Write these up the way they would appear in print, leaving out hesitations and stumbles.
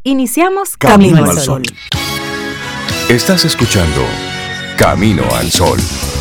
Iniciamos Camino Camino al al Sol. Estás escuchando Camino al Sol.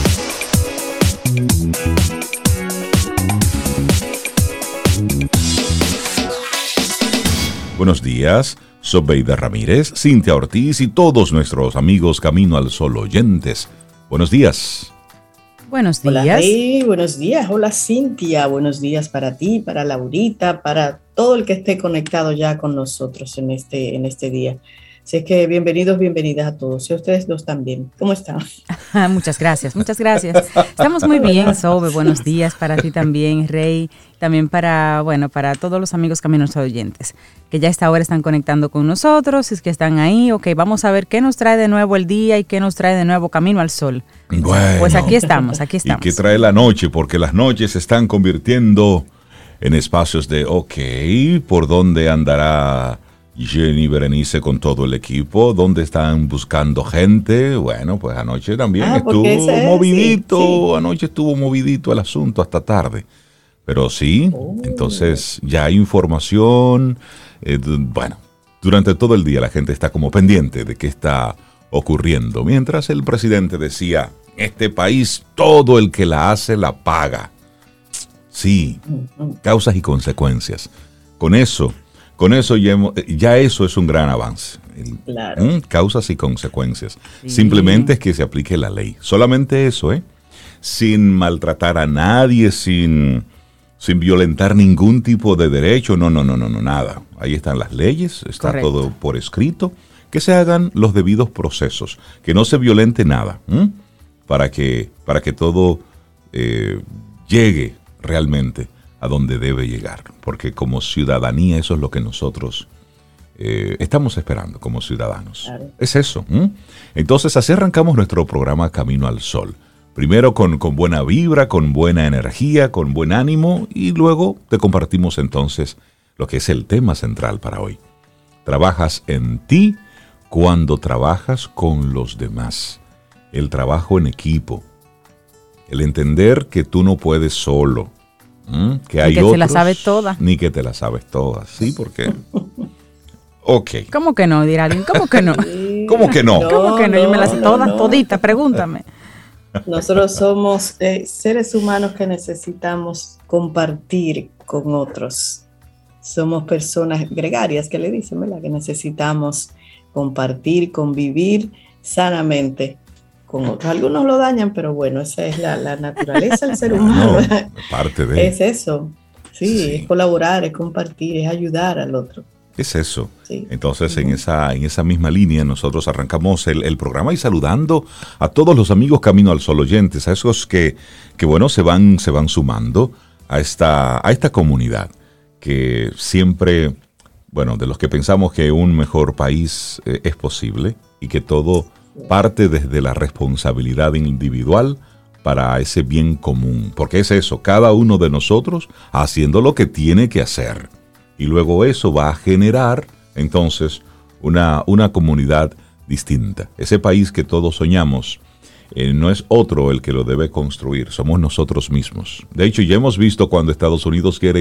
Buenos días, Sobeida Ramírez, Cintia Ortiz y todos nuestros amigos Camino al Sol oyentes. Buenos días. Buenos días. Hola, Rey, buenos días. Hola, Cintia. Buenos días para ti, para Laurita, para todo el que esté conectado ya con nosotros en este día. Así es que bienvenidos, bienvenidas a todos. Y a ustedes dos también. ¿Cómo están? Muchas gracias, muchas gracias. Estamos muy bien, Sobe. Buenos días para ti también, Rey. También para todos los amigos Caminos oyentes que ya a esta hora están conectando con nosotros, es que están ahí. Ok, vamos a ver qué nos trae de nuevo el día y qué nos trae de nuevo Camino al Sol. Bueno, pues aquí estamos. ¿Y qué trae la noche? Porque las noches se están convirtiendo en espacios de, ¿por dónde andará Jenny Berenice con todo el equipo? ¿Dónde están buscando gente? Bueno, pues anoche también estuvo movidito. Sí. Anoche estuvo movidito el asunto hasta tarde. Pero sí, entonces ya hay información. Durante todo el día la gente está como pendiente de qué está ocurriendo. Mientras el presidente decía, este país, todo el que la hace, la paga. Sí, causas y consecuencias. Con eso ya eso es un gran avance. Claro. Causas y consecuencias. Sí. Simplemente es que se aplique la ley. Solamente eso, sin maltratar a nadie, sin violentar ningún tipo de derecho. No, nada. Ahí están las leyes, está Correcto. todo por escrito. Que se hagan los debidos procesos, que no se violente nada, para que todo llegue realmente a donde debe llegar, porque como ciudadanía eso es lo que nosotros estamos esperando como ciudadanos. Claro. Es eso. Entonces así arrancamos nuestro programa Camino al Sol. Primero con buena vibra, con buena energía, con buen ánimo, y luego te compartimos entonces lo que es el tema central para hoy. Trabajas en ti cuando trabajas con los demás. El trabajo en equipo. El entender que tú no puedes solo. Que hay otros, se la sabe toda. Ni que te la sabes toda. Sí, porque... ¿Cómo que no, dirá alguien? ¿Cómo que no? ¿Cómo que no? ¿Cómo que no? Yo me la sé toda, todita, pregúntame. Nosotros somos seres humanos que necesitamos compartir con otros. Somos personas gregarias, que le dicen, ¿verdad? Que necesitamos compartir, convivir sanamente con otros. Algunos lo dañan, pero bueno, esa es la naturaleza del ser humano. Parte de... Es eso. Sí, es colaborar, es compartir, es ayudar al otro. Es eso. Sí. Entonces, en esa misma línea, nosotros arrancamos el programa y saludando a todos los amigos Camino al Sol oyentes, a esos que se van sumando a esta comunidad, que siempre, de los que pensamos que un mejor país es posible y que todo parte desde la responsabilidad individual para ese bien común. Porque es eso, cada uno de nosotros haciendo lo que tiene que hacer. Y luego eso va a generar, entonces, una comunidad distinta. Ese país que todos soñamos no es otro el que lo debe construir, somos nosotros mismos. De hecho, ya hemos visto cuando Estados Unidos quiere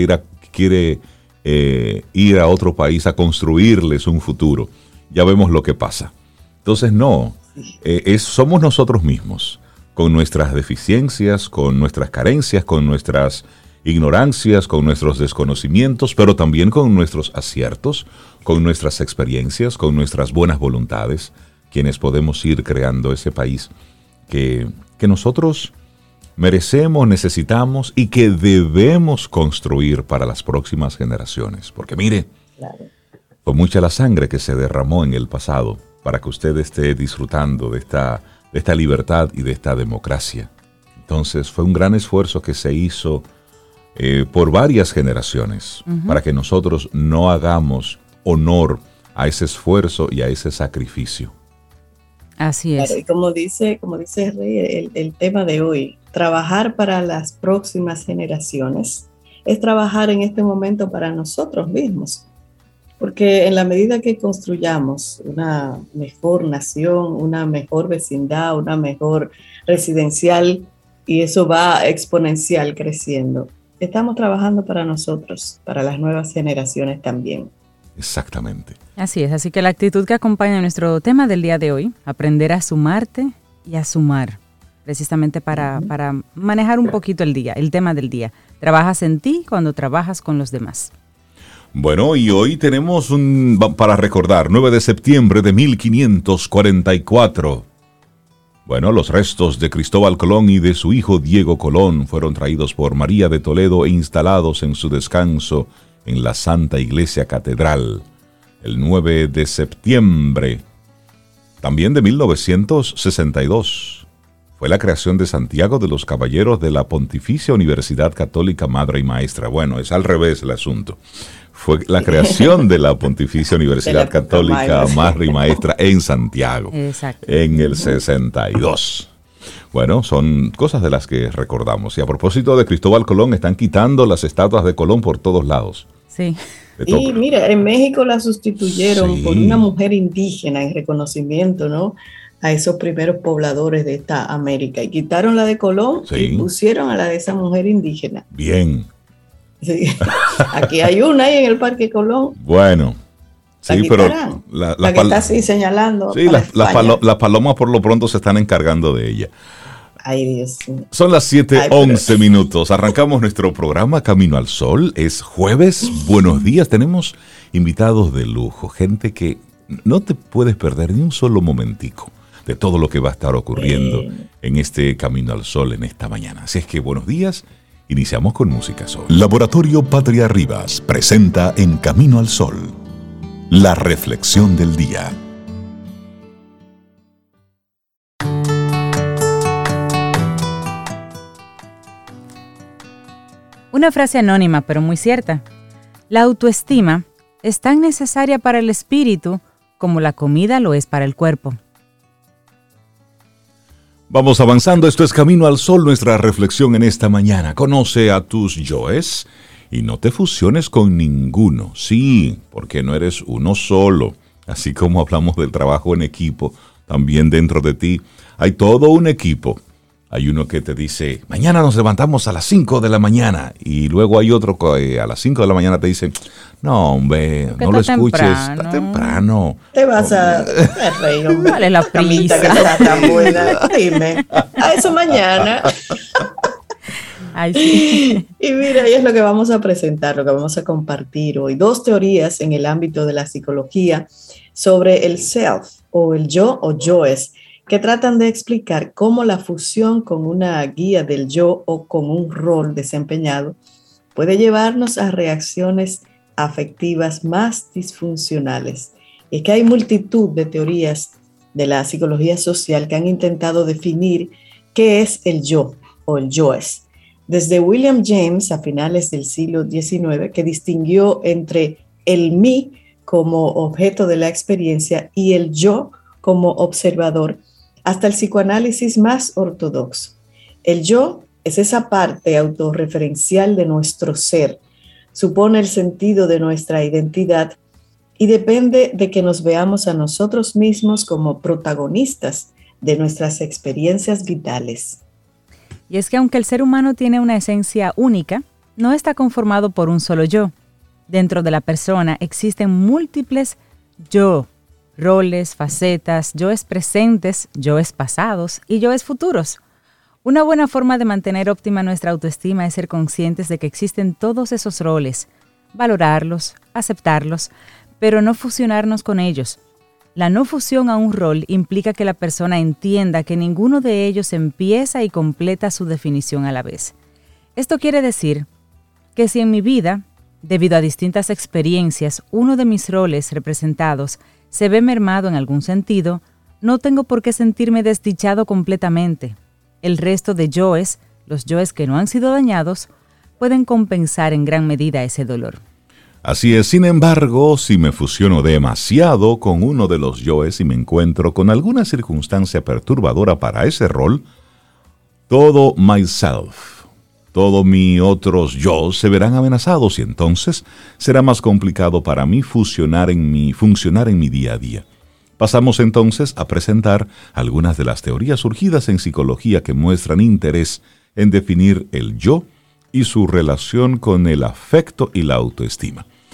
ir a otro país a construirles un futuro. Ya vemos lo que pasa. Entonces, somos nosotros mismos, con nuestras deficiencias, con nuestras carencias, con nuestras ignorancias, con nuestros desconocimientos, pero también con nuestros aciertos, con nuestras experiencias, con nuestras buenas voluntades, quienes podemos ir creando ese país que nosotros merecemos, necesitamos y que debemos construir para las próximas generaciones. Porque mire, fue mucha la sangre que se derramó en el pasado para que usted esté disfrutando de esta libertad y de esta democracia. Entonces fue un gran esfuerzo que se hizo por varias generaciones, para que nosotros no hagamos honor a ese esfuerzo y a ese sacrificio. Así es. Claro, y como dice Rey, el tema de hoy, trabajar para las próximas generaciones, es trabajar en este momento para nosotros mismos. Porque en la medida que construyamos una mejor nación, una mejor vecindad, una mejor residencial, y eso va exponencial creciendo, estamos trabajando para nosotros, para las nuevas generaciones también. Exactamente. Así es, así que la actitud que acompaña nuestro tema del día de hoy, aprender a sumarte y a sumar, precisamente para manejar un poquito el día, el tema del día. Trabajas en ti cuando trabajas con los demás. Bueno, y hoy tenemos para recordar, 9 de septiembre de 1544. Bueno, los restos de Cristóbal Colón y de su hijo Diego Colón fueron traídos por María de Toledo e instalados en su descanso en la Santa Iglesia Catedral. El 9 de septiembre, también de 1962, fue la creación de Santiago de los Caballeros de la Pontificia Universidad Católica Madre y Maestra. Bueno, es al revés el asunto. Fue la creación de la Pontificia Universidad Católica Madre y Maestra en Santiago. Exacto. En el 62. Bueno, son cosas de las que recordamos. Y a propósito de Cristóbal Colón, están quitando las estatuas de Colón por todos lados. Sí. Y mira, en México la sustituyeron Sí. por una mujer indígena en reconocimiento, ¿no?, a esos primeros pobladores de esta América. Y quitaron la de Colón Sí. y pusieron a la de esa mujer indígena. Bien. Sí. Aquí hay una ahí en el Parque Colón. Bueno. La Sí, pero quitarán. La que está así señalando. sí, para España. las palomas por lo pronto se están encargando de ella. Ay, Dios mío. Son las 7:11 Ay, minutos. Arrancamos nuestro programa Camino al Sol. Es jueves. Buenos días. Tenemos invitados de lujo. Gente que no te puedes perder ni un solo momentico de todo lo que va a estar ocurriendo en este Camino al Sol en esta mañana. Así es que buenos días. Iniciamos con Música Sol. Laboratorio Patria Rivas presenta En Camino al Sol, la reflexión del día. Una frase anónima, pero muy cierta. La autoestima es tan necesaria para el espíritu como la comida lo es para el cuerpo. Vamos avanzando, esto es Camino al Sol, nuestra reflexión en esta mañana. Conoce a tus yoes y no te fusiones con ninguno. Sí, porque no eres uno solo. Así como hablamos del trabajo en equipo, también dentro de ti hay todo un equipo. Hay uno que te dice, mañana nos levantamos a las 5 de la mañana. Y luego hay otro que a las 5 de la mañana te dice, no, hombre, no lo escuches, está temprano. Te vas a reír, hombre. ¿Cuál es la Camita, que prisa? está tan buena. Dime. A eso mañana. Ay, sí. Y mira, ahí es lo que vamos a presentar, lo que vamos a compartir hoy. 2 teorías en el ámbito de la psicología sobre el self o el yo o yoes, que tratan de explicar cómo la fusión con una guía del yo o con un rol desempeñado puede llevarnos a reacciones afectivas más disfuncionales. Es que hay multitud de teorías de la psicología social que han intentado definir qué es el yo o el yoes. Desde William James a finales del siglo XIX, que distinguió entre el mí como objeto de la experiencia y el yo como observador, hasta el psicoanálisis más ortodoxo. El yo es esa parte autorreferencial de nuestro ser, supone el sentido de nuestra identidad y depende de que nos veamos a nosotros mismos como protagonistas de nuestras experiencias vitales. Y es que aunque el ser humano tiene una esencia única, no está conformado por un solo yo. Dentro de la persona existen múltiples yo, roles, facetas, yoes presentes, yoes pasados y yoes futuros. Una buena forma de mantener óptima nuestra autoestima es ser conscientes de que existen todos esos roles, valorarlos, aceptarlos, pero no fusionarnos con ellos. La no fusión a un rol implica que la persona entienda que ninguno de ellos empieza y completa su definición a la vez. Esto quiere decir que si en mi vida, debido a distintas experiencias, uno de mis roles representados se ve mermado en algún sentido, no tengo por qué sentirme desdichado completamente. El resto de yoes, los yoes que no han sido dañados, pueden compensar en gran medida ese dolor. Así es, sin embargo, si me fusiono demasiado con uno de los yoes y me encuentro con alguna circunstancia perturbadora para ese rol, todo myself, todos mis otros yo se verán amenazados y entonces será más complicado para mí funcionar en mi día a día. Pasamos entonces a presentar algunas de las teorías surgidas en psicología que muestran interés en definir el yo y su relación con el afecto y la autoestima.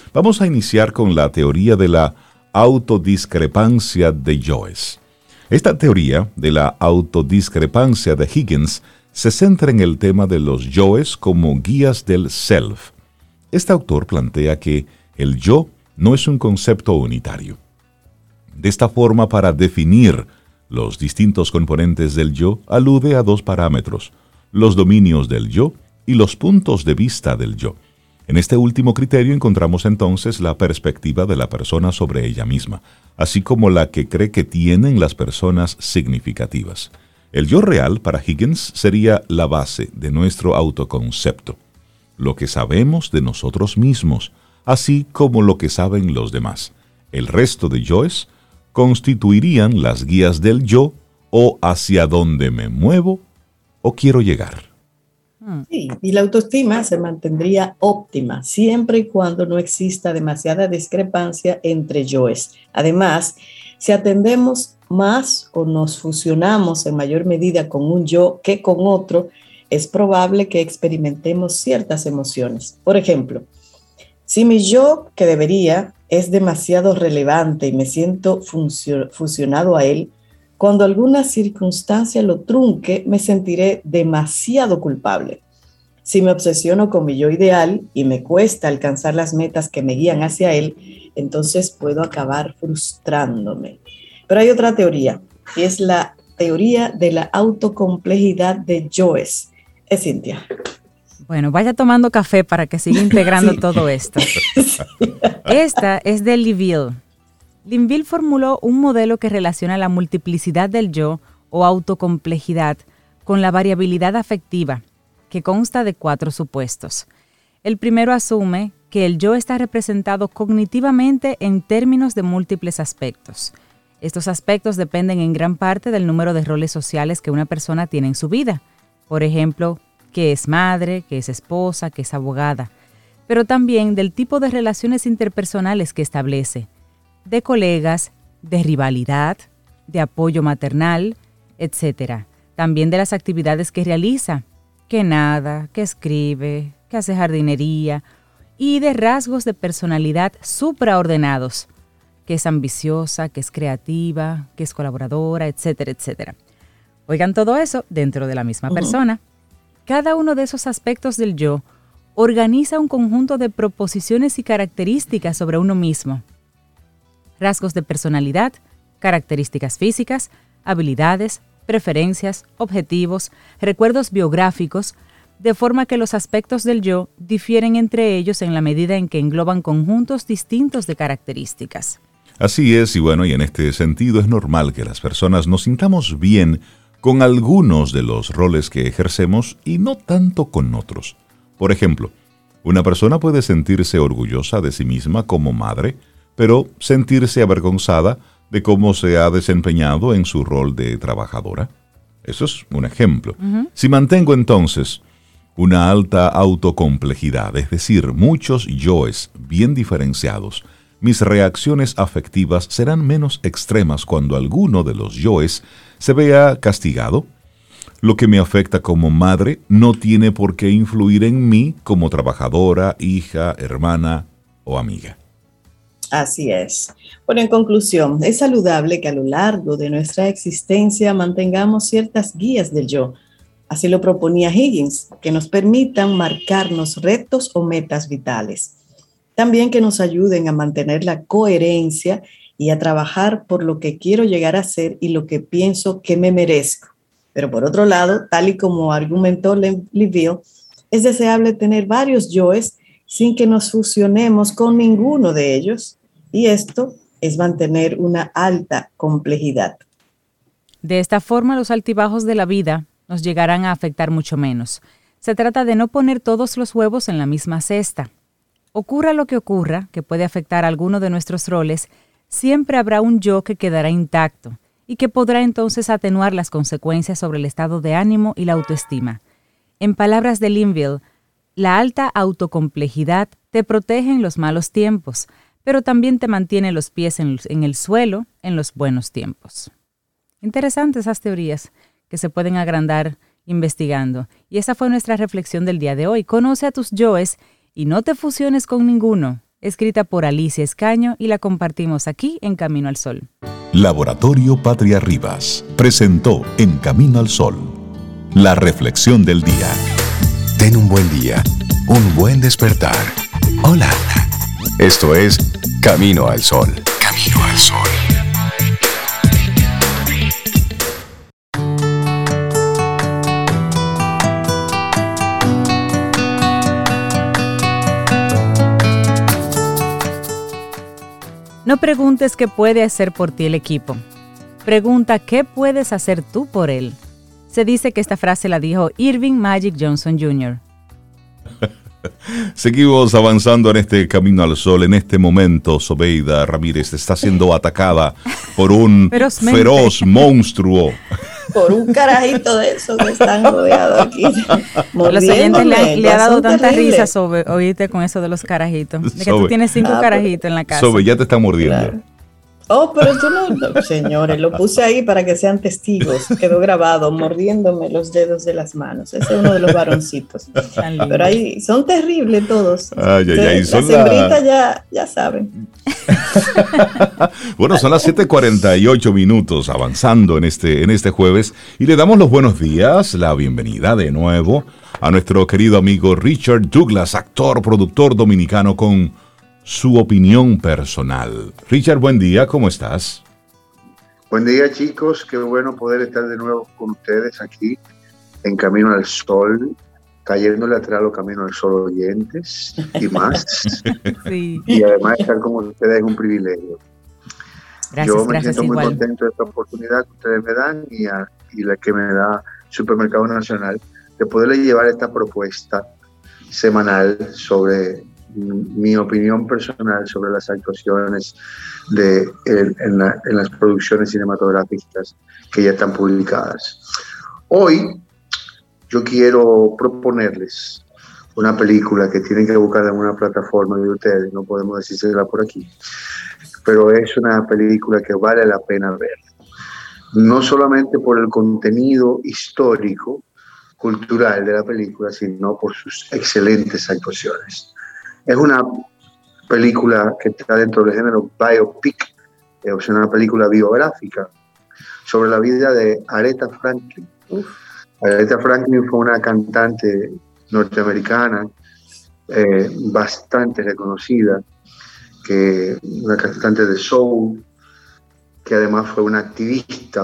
Vamos a iniciar con la teoría de la autodiscrepancia de yoes. Esta teoría de la autodiscrepancia de Higgins se centra en el tema de los yoes como guías del self. Este autor plantea que el yo no es un concepto unitario. De esta forma, para definir los distintos componentes del yo, alude a dos parámetros: los dominios del yo y los puntos de vista del yo. En este último criterio encontramos entonces la perspectiva de la persona sobre ella misma, así como la que cree que tienen las personas significativas. El yo real, para Higgins, sería la base de nuestro autoconcepto, lo que sabemos de nosotros mismos, así como lo que saben los demás. El resto de yoes constituirían las guías del yo o hacia dónde me muevo o quiero llegar. Sí, y la autoestima se mantendría óptima siempre y cuando no exista demasiada discrepancia entre yoes. Además, si atendemos más o nos fusionamos en mayor medida con un yo que con otro, es probable que experimentemos ciertas emociones. Por ejemplo, si mi yo que debería es demasiado relevante y me siento fusionado a él, cuando alguna circunstancia lo trunque, me sentiré demasiado culpable. Si me obsesiono con mi yo ideal y me cuesta alcanzar las metas que me guían hacia él, entonces puedo acabar frustrándome. Pero hay otra teoría, que es la teoría de la autocomplejidad de yoes. Es Cintia. Bueno, vaya tomando café para que siga integrando todo esto. Esta es de Linville. Linville formuló un modelo que relaciona la multiplicidad del yo o autocomplejidad con la variabilidad afectiva, que consta de 4 supuestos. El primero asume que el yo está representado cognitivamente en términos de múltiples aspectos. Estos aspectos dependen en gran parte del número de roles sociales que una persona tiene en su vida. Por ejemplo, que es madre, que es esposa, que es abogada, pero también del tipo de relaciones interpersonales que establece, de colegas, de rivalidad, de apoyo maternal, etc. También de las actividades que realiza, que nada, que escribe, que hace jardinería, y de rasgos de personalidad supraordenados, que es ambiciosa, que es creativa, que es colaboradora, etcétera, etcétera. Oigan todo eso dentro de la misma persona. Cada uno de esos aspectos del yo organiza un conjunto de proposiciones y características sobre uno mismo. Rasgos de personalidad, características físicas, habilidades, preferencias, objetivos, recuerdos biográficos, de forma que los aspectos del yo difieren entre ellos en la medida en que engloban conjuntos distintos de características. Así es, y bueno, y en este sentido es normal que las personas nos sintamos bien con algunos de los roles que ejercemos y no tanto con otros. Por ejemplo, una persona puede sentirse orgullosa de sí misma como madre, pero sentirse avergonzada de cómo se ha desempeñado en su rol de trabajadora. Eso es un ejemplo. Si mantengo entonces una alta autocomplejidad, es decir, muchos yoes bien diferenciados, mis reacciones afectivas serán menos extremas cuando alguno de los yoes se vea castigado. Lo que me afecta como madre no tiene por qué influir en mí como trabajadora, hija, hermana o amiga. Así es. Bueno, en conclusión, es saludable que a lo largo de nuestra existencia mantengamos ciertas guías del yo. Así lo proponía Higgins, que nos permitan marcarnos retos o metas vitales. También que nos ayuden a mantener la coherencia y a trabajar por lo que quiero llegar a ser y lo que pienso que me merezco. Pero por otro lado, tal y como argumentó Linville, es deseable tener varios yoes sin que nos fusionemos con ninguno de ellos, y esto es mantener una alta complejidad. De esta forma, los altibajos de la vida nos llegarán a afectar mucho menos. Se trata de no poner todos los huevos en la misma cesta. Ocurra lo que ocurra, que puede afectar a alguno de nuestros roles, siempre habrá un yo que quedará intacto y que podrá entonces atenuar las consecuencias sobre el estado de ánimo y la autoestima. En palabras de Linville, la alta autocomplejidad te protege en los malos tiempos, pero también te mantiene los pies en el suelo en los buenos tiempos. Interesantes esas teorías que se pueden agrandar investigando. Y esa fue nuestra reflexión del día de hoy. Conoce a tus yoes y no te fusiones con ninguno, escrita por Alicia Escaño y la compartimos aquí en Camino al Sol. Laboratorio Patria Rivas presentó En Camino al Sol, la reflexión del día. Ten un buen día, un buen despertar. Hola. Esto es Camino al Sol. Camino al Sol. No preguntes qué puede hacer por ti el equipo. Pregunta qué puedes hacer tú por él. Se dice que esta frase la dijo Irving Magic Johnson Jr. Seguimos avanzando en este Camino al Sol. En este momento, Sobeida Ramírez está siendo atacada por un feroz monstruo. Por un carajito de esos que están rodeados aquí. Los oyentes le ha dado tanta risa, Sobe, oíste con eso de los carajitos. De que tú tienes 5 carajitos en la casa. Sobe, ya te están mordiendo. Claro. Oh, pero tú no, señores, lo puse ahí para que sean testigos. Quedó grabado mordiéndome los dedos de las manos. Ese es uno de los varoncitos. Pero ahí son terribles todos. Las hembritas ya saben. Bueno, son las 7:48, avanzando en este jueves. Y le damos los buenos días, la bienvenida de nuevo a nuestro querido amigo Richard Douglas, actor, productor dominicano con su opinión personal. Richard, buen día, ¿cómo estás? Buen día, chicos, qué bueno poder estar de nuevo con ustedes aquí en Camino al Sol, cayéndole atrás a los Camino al Sol oyentes y más. Sí. Y además estar con ustedes es un privilegio. Yo me siento muy contento de esta oportunidad que ustedes me dan y la que me da Supermercado Nacional de poderle llevar esta propuesta semanal sobre mi opinión personal sobre las actuaciones en las producciones cinematográficas que ya están publicadas. Hoy yo quiero proponerles una película que tienen que buscar en una plataforma de ustedes, no podemos decírsela por aquí, pero es una película que vale la pena ver, no solamente por el contenido histórico, cultural de la película, sino por sus excelentes actuaciones. Es una película que está dentro del género biopic, es una película biográfica sobre la vida de Aretha Franklin. Aretha Franklin fue una cantante norteamericana bastante reconocida, una cantante de soul, que además fue una activista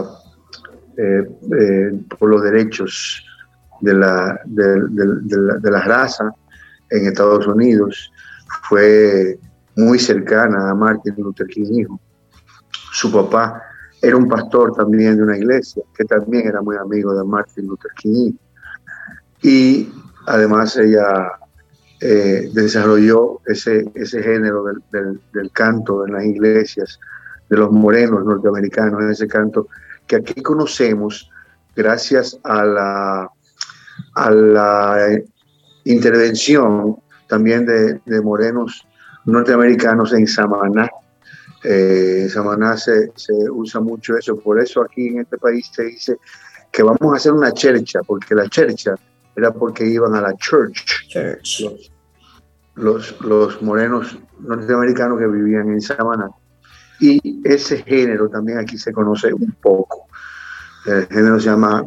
por los derechos de la raza en Estados Unidos. Fue muy cercana a Martin Luther King hijo. Su papá era un pastor también de una iglesia, que también era muy amigo de Martin Luther King hijo. Y además ella desarrolló ese género del canto en las iglesias de los morenos norteamericanos, ese canto que aquí conocemos gracias a la intervención también de morenos norteamericanos en Samaná. En Samaná se usa mucho eso, por eso aquí en este país se dice que vamos a hacer una chercha, porque la chercha era porque iban a la church. Los morenos norteamericanos que vivían en Samaná. Y ese género también aquí se conoce un poco. El género se llama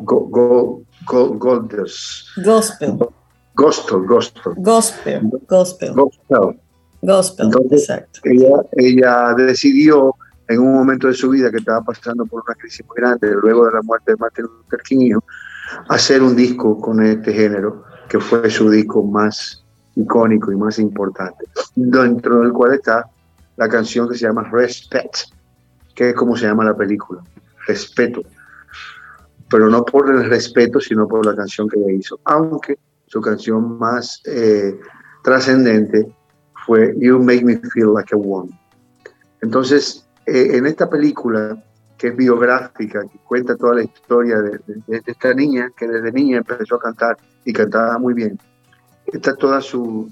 Gospel. Entonces, exacto. Ella decidió en un momento de su vida que estaba pasando por una crisis muy grande, luego de la muerte de Martin Luther King, hacer un disco con este género, que fue su disco más icónico y más importante, dentro del cual está la canción que se llama Respect, que es como se llama la película, Respeto, pero no por el respeto, sino por la canción que ella hizo, aunque su canción más trascendente fue You Make Me Feel Like a Woman. Entonces, en esta película, que es biográfica, que cuenta toda la historia de esta niña, que desde niña empezó a cantar y cantaba muy bien, está toda su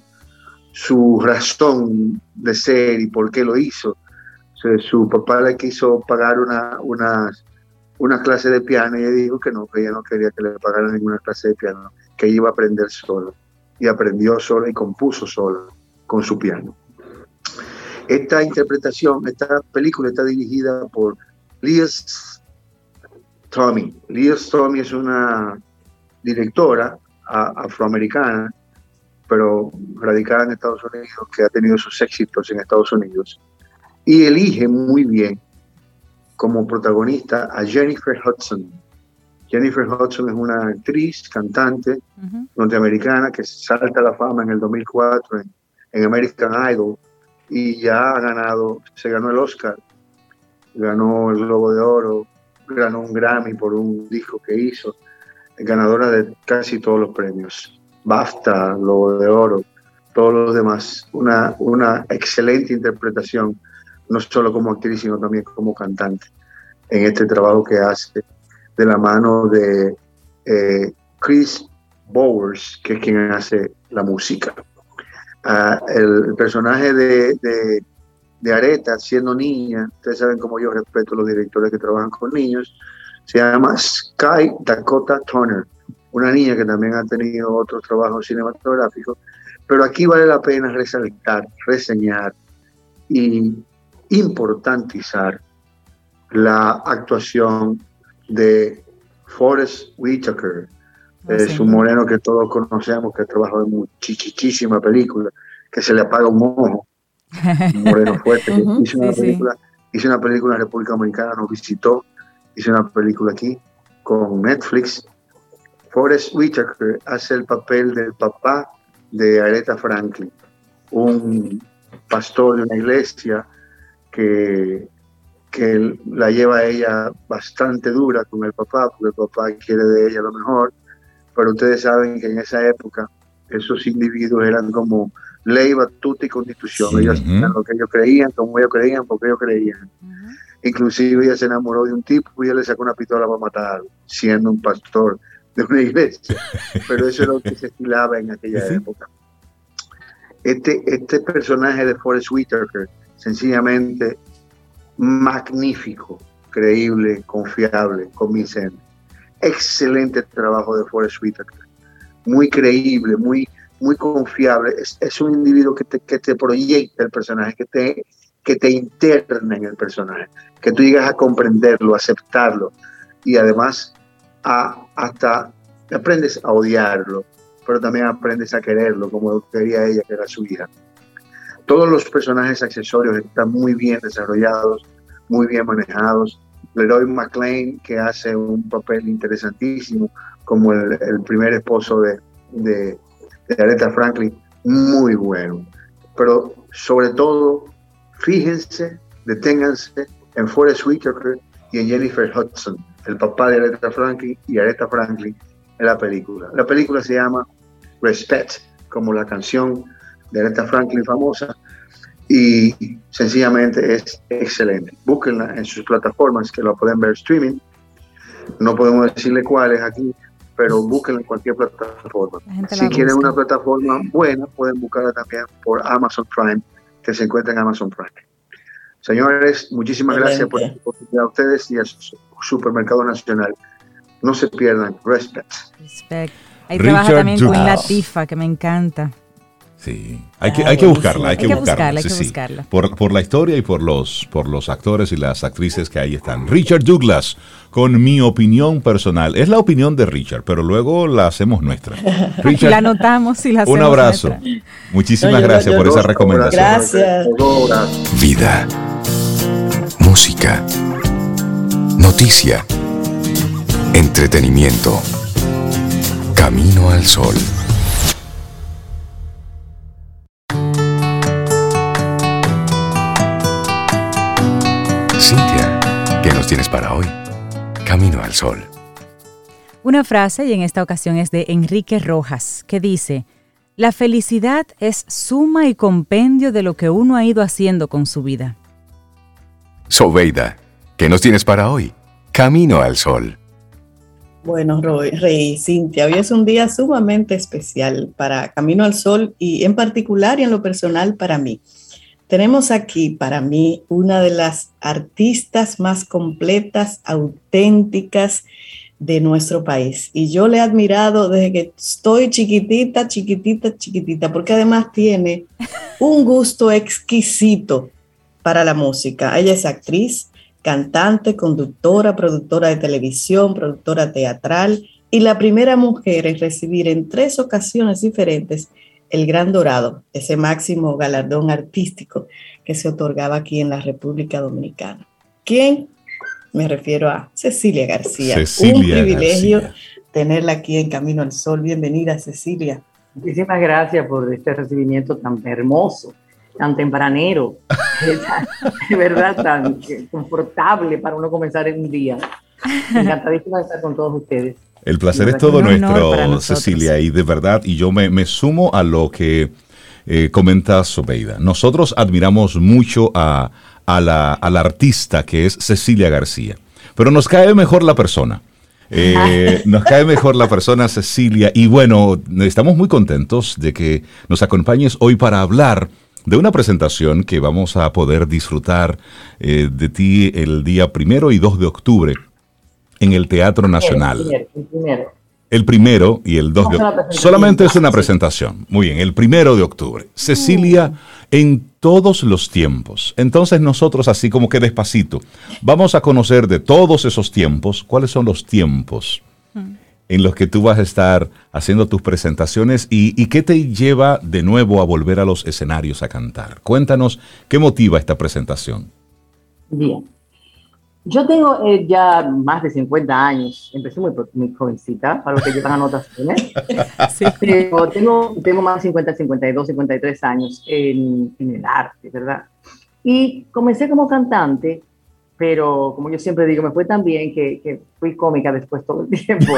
razón de ser y por qué lo hizo. O sea, su papá le quiso pagar una clase de piano y ella dijo que ella no quería que le pagaran ninguna clase de piano, que ella iba a aprender sola. Y aprendió sola y compuso sola con su piano. Esta interpretación, esta película está dirigida por Liz Tommy. Liz Tommy es una directora afroamericana, pero radicada en Estados Unidos, que ha tenido sus éxitos en Estados Unidos, y elige muy bien como protagonista a Jennifer Hudson. Jennifer Hudson es una actriz, cantante norteamericana que salta a la fama en el 2004 en American Idol, y ya se ganó el Oscar, ganó el Globo de Oro, ganó un Grammy por un disco que hizo, ganadora de casi todos los premios, BAFTA, Globo de Oro, todos los demás. Una excelente interpretación, no solo como actriz, sino también como cantante, en este trabajo que hace de la mano de Chris Bowers, que es quien hace la música. El personaje de Aretha, siendo niña, ustedes saben cómo yo respeto a los directores que trabajan con niños, se llama Sky Dakota Turner, una niña que también ha tenido otros trabajos cinematográficos, pero aquí vale la pena resaltar, reseñar y importantizar la actuación de Forest Whitaker. Es un moreno que todos conocemos, que ha trabajado en muchísimas películas, que se le apaga un ojo, un moreno fuerte, que hizo una película en República Dominicana, nos visitó, hizo una película aquí con Netflix. Forest Whitaker hace el papel del papá de Aretha Franklin, un pastor de una iglesia que la lleva a ella bastante dura con el papá, porque el papá quiere de ella lo mejor, pero ustedes saben que en esa época esos individuos eran como ley, batuta y constitución. Sí. Ellos hacían lo que ellos creían, como ellos creían, porque ellos creían. Inclusive ella se enamoró de un tipo y él le sacó una pistola para matarlo, siendo un pastor de una iglesia. Pero eso es lo que se estilaba en aquella época. Este personaje de Forest Whitaker, sencillamente magnífico, creíble, confiable, convincente. Excelente trabajo de Forest Whitaker. Muy creíble, muy confiable. Es un individuo que te proyecta el personaje, que te interna en el personaje, que tú llegas a comprenderlo, a aceptarlo, y además hasta aprendes a odiarlo, pero también aprendes a quererlo, como quería ella, que era su hija. Todos los personajes accesorios están muy bien desarrollados, muy bien manejados. Leroy McClain, que hace un papel interesantísimo como el primer esposo de Aretha Franklin, muy bueno. Pero sobre todo, fíjense, deténganse en Forest Whitaker y en Jennifer Hudson, el papá de Aretha Franklin y Aretha Franklin en la película. La película se llama Respect, como la canción de Aretha Franklin famosa, y sencillamente es excelente. Búsquenla en sus plataformas, que la pueden ver streaming. No podemos decirle cuáles aquí, pero búsquenla en cualquier plataforma. Si quieren una plataforma buena, pueden buscarla también por Amazon Prime, que se encuentra en Amazon Prime. Señores, muchísimas gracias por la oportunidad a ustedes y a Supermercado Nacional. No se pierdan. Respect. Ahí trabaja también Queen Latifah, que me encanta. Sí, hay que buscarla, hay que buscarla. Por la historia y por los actores y las actrices que ahí están. Richard Douglas, con mi opinión personal. Es la opinión de Richard, pero luego la hacemos nuestra. Richard, la anotamos y la hacemos un abrazo. Nuestra. Muchísimas gracias por esa recomendación. Gracias. Vida, música, noticia, entretenimiento. Camino al Sol. Cintia, ¿qué nos tienes para hoy? Camino al Sol. Una frase, y en esta ocasión es de Enrique Rojas, que dice: la felicidad es suma y compendio de lo que uno ha ido haciendo con su vida. Sobeida, ¿qué nos tienes para hoy? Camino al Sol. Bueno, Rey, Cintia, hoy es un día sumamente especial para Camino al Sol y en particular y en lo personal para mí. Tenemos aquí para mí una de las artistas más completas, auténticas de nuestro país. Y yo le he admirado desde que estoy chiquitita, porque además tiene un gusto exquisito para la música. Ella es actriz, cantante, conductora, productora de televisión, productora teatral y la primera mujer en recibir en 3 ocasiones diferentes el Gran Dorado, ese máximo galardón artístico que se otorgaba aquí en la República Dominicana. ¿Quién? Me refiero a Cecilia García. Cecilia Un privilegio García. tenerla aquí en Camino al Sol. Bienvenida, Cecilia. Muchísimas gracias por este recibimiento tan hermoso, tan tempranero, de verdad tan confortable para uno comenzar en un día. Encantadísima de estar con todos ustedes. El placer es todo nuestro, Cecilia, y de verdad, y yo me sumo a lo que comenta Sobeida. Nosotros admiramos mucho a la artista que es Cecilia García, pero nos cae mejor la persona. Nos cae mejor la persona, Cecilia, y bueno, estamos muy contentos de que nos acompañes hoy para hablar de una presentación que vamos a poder disfrutar de ti el día 1 y 2 de octubre en el Teatro Nacional. El 1 y el 2 de octubre. Solamente es una presentación. Muy bien, el 1 de octubre. Cecilia en todos los tiempos. Entonces nosotros, así como que despacito, vamos a conocer de todos esos tiempos, cuáles son los tiempos en los que tú vas a estar haciendo tus presentaciones y qué te lleva de nuevo a volver a los escenarios a cantar. Cuéntanos qué motiva esta presentación. Bien. Yo tengo ya más de 50 años, empecé muy jovencita, para los que llevan anotaciones. Sí. Pero tengo más de 50, 52, 53 años en el arte, ¿verdad? Y comencé como cantante, pero como yo siempre digo, me fue tan bien que fui cómica después todo el tiempo.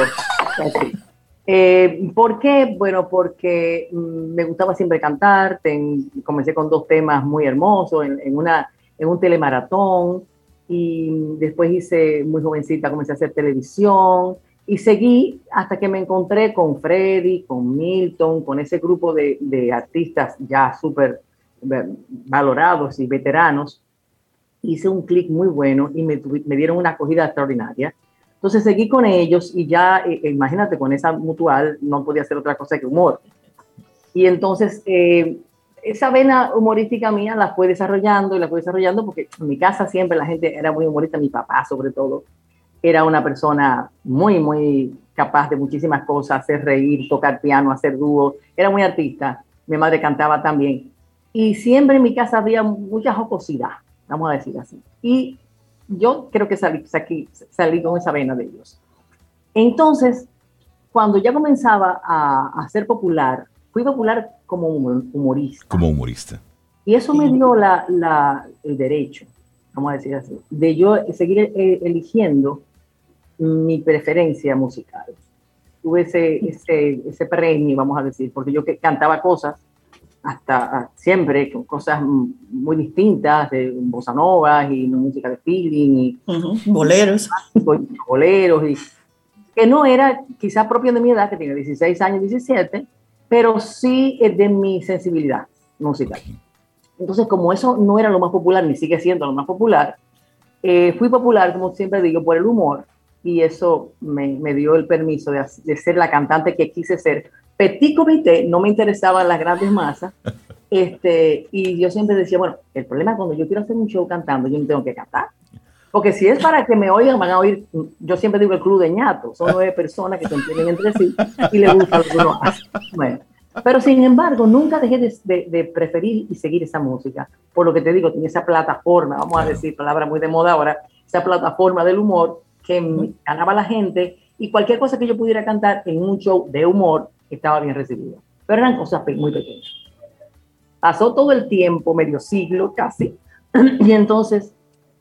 ¿Por qué? Bueno, porque me gustaba siempre cantar, comencé con 2 temas muy hermosos en un telemaratón. Y después muy jovencita, comencé a hacer televisión y seguí hasta que me encontré con Freddy, con Milton, con ese grupo de artistas ya súper valorados y veteranos. Hice un clic muy bueno y me dieron una acogida extraordinaria. Entonces seguí con ellos y ya, imagínate, con esa mutual no podía hacer otra cosa que humor. Y entonces esa vena humorística mía la fue desarrollando porque en mi casa siempre la gente era muy humorista, mi papá sobre todo era una persona muy, muy capaz de muchísimas cosas, hacer reír, tocar piano, hacer dúos, era muy artista, mi madre cantaba también y siempre en mi casa había mucha jocosidad, vamos a decir así, y yo creo que salí con esa vena de ellos. Entonces, cuando ya comenzaba a ser popular, fui popular como humorista. Como humorista. Y eso me dio el derecho, vamos a decir así, de yo seguir eligiendo mi preferencia musical. Tuve ese premio, vamos a decir, porque yo cantaba cosas, hasta siempre, cosas muy distintas, de bossa nova y música de feeling, y boleros. Boleros, y que no era quizás propio de mi edad, que tenía 16 años, 17, pero sí de mi sensibilidad musical. Entonces, como eso no era lo más popular, ni sigue siendo lo más popular, fui popular, como siempre digo, por el humor, y eso me dio el permiso de ser la cantante que quise ser. Petit comité, no me interesaban las grandes masas, y yo siempre decía, bueno, el problema es cuando yo quiero hacer un show cantando, yo no tengo que cantar. Porque si es para que me oigan, van a oír, yo siempre digo el club de ñatos, son 9 personas que se entienden entre sí y les gusta lo que uno hace. Bueno, pero sin embargo, nunca dejé de preferir y seguir esa música. Por lo que te digo, tiene esa plataforma, vamos a decir, palabra muy de moda ahora, esa plataforma del humor que ganaba la gente y cualquier cosa que yo pudiera cantar en un show de humor estaba bien recibido. Pero eran cosas muy pequeñas. Pasó todo el tiempo, medio siglo casi, y entonces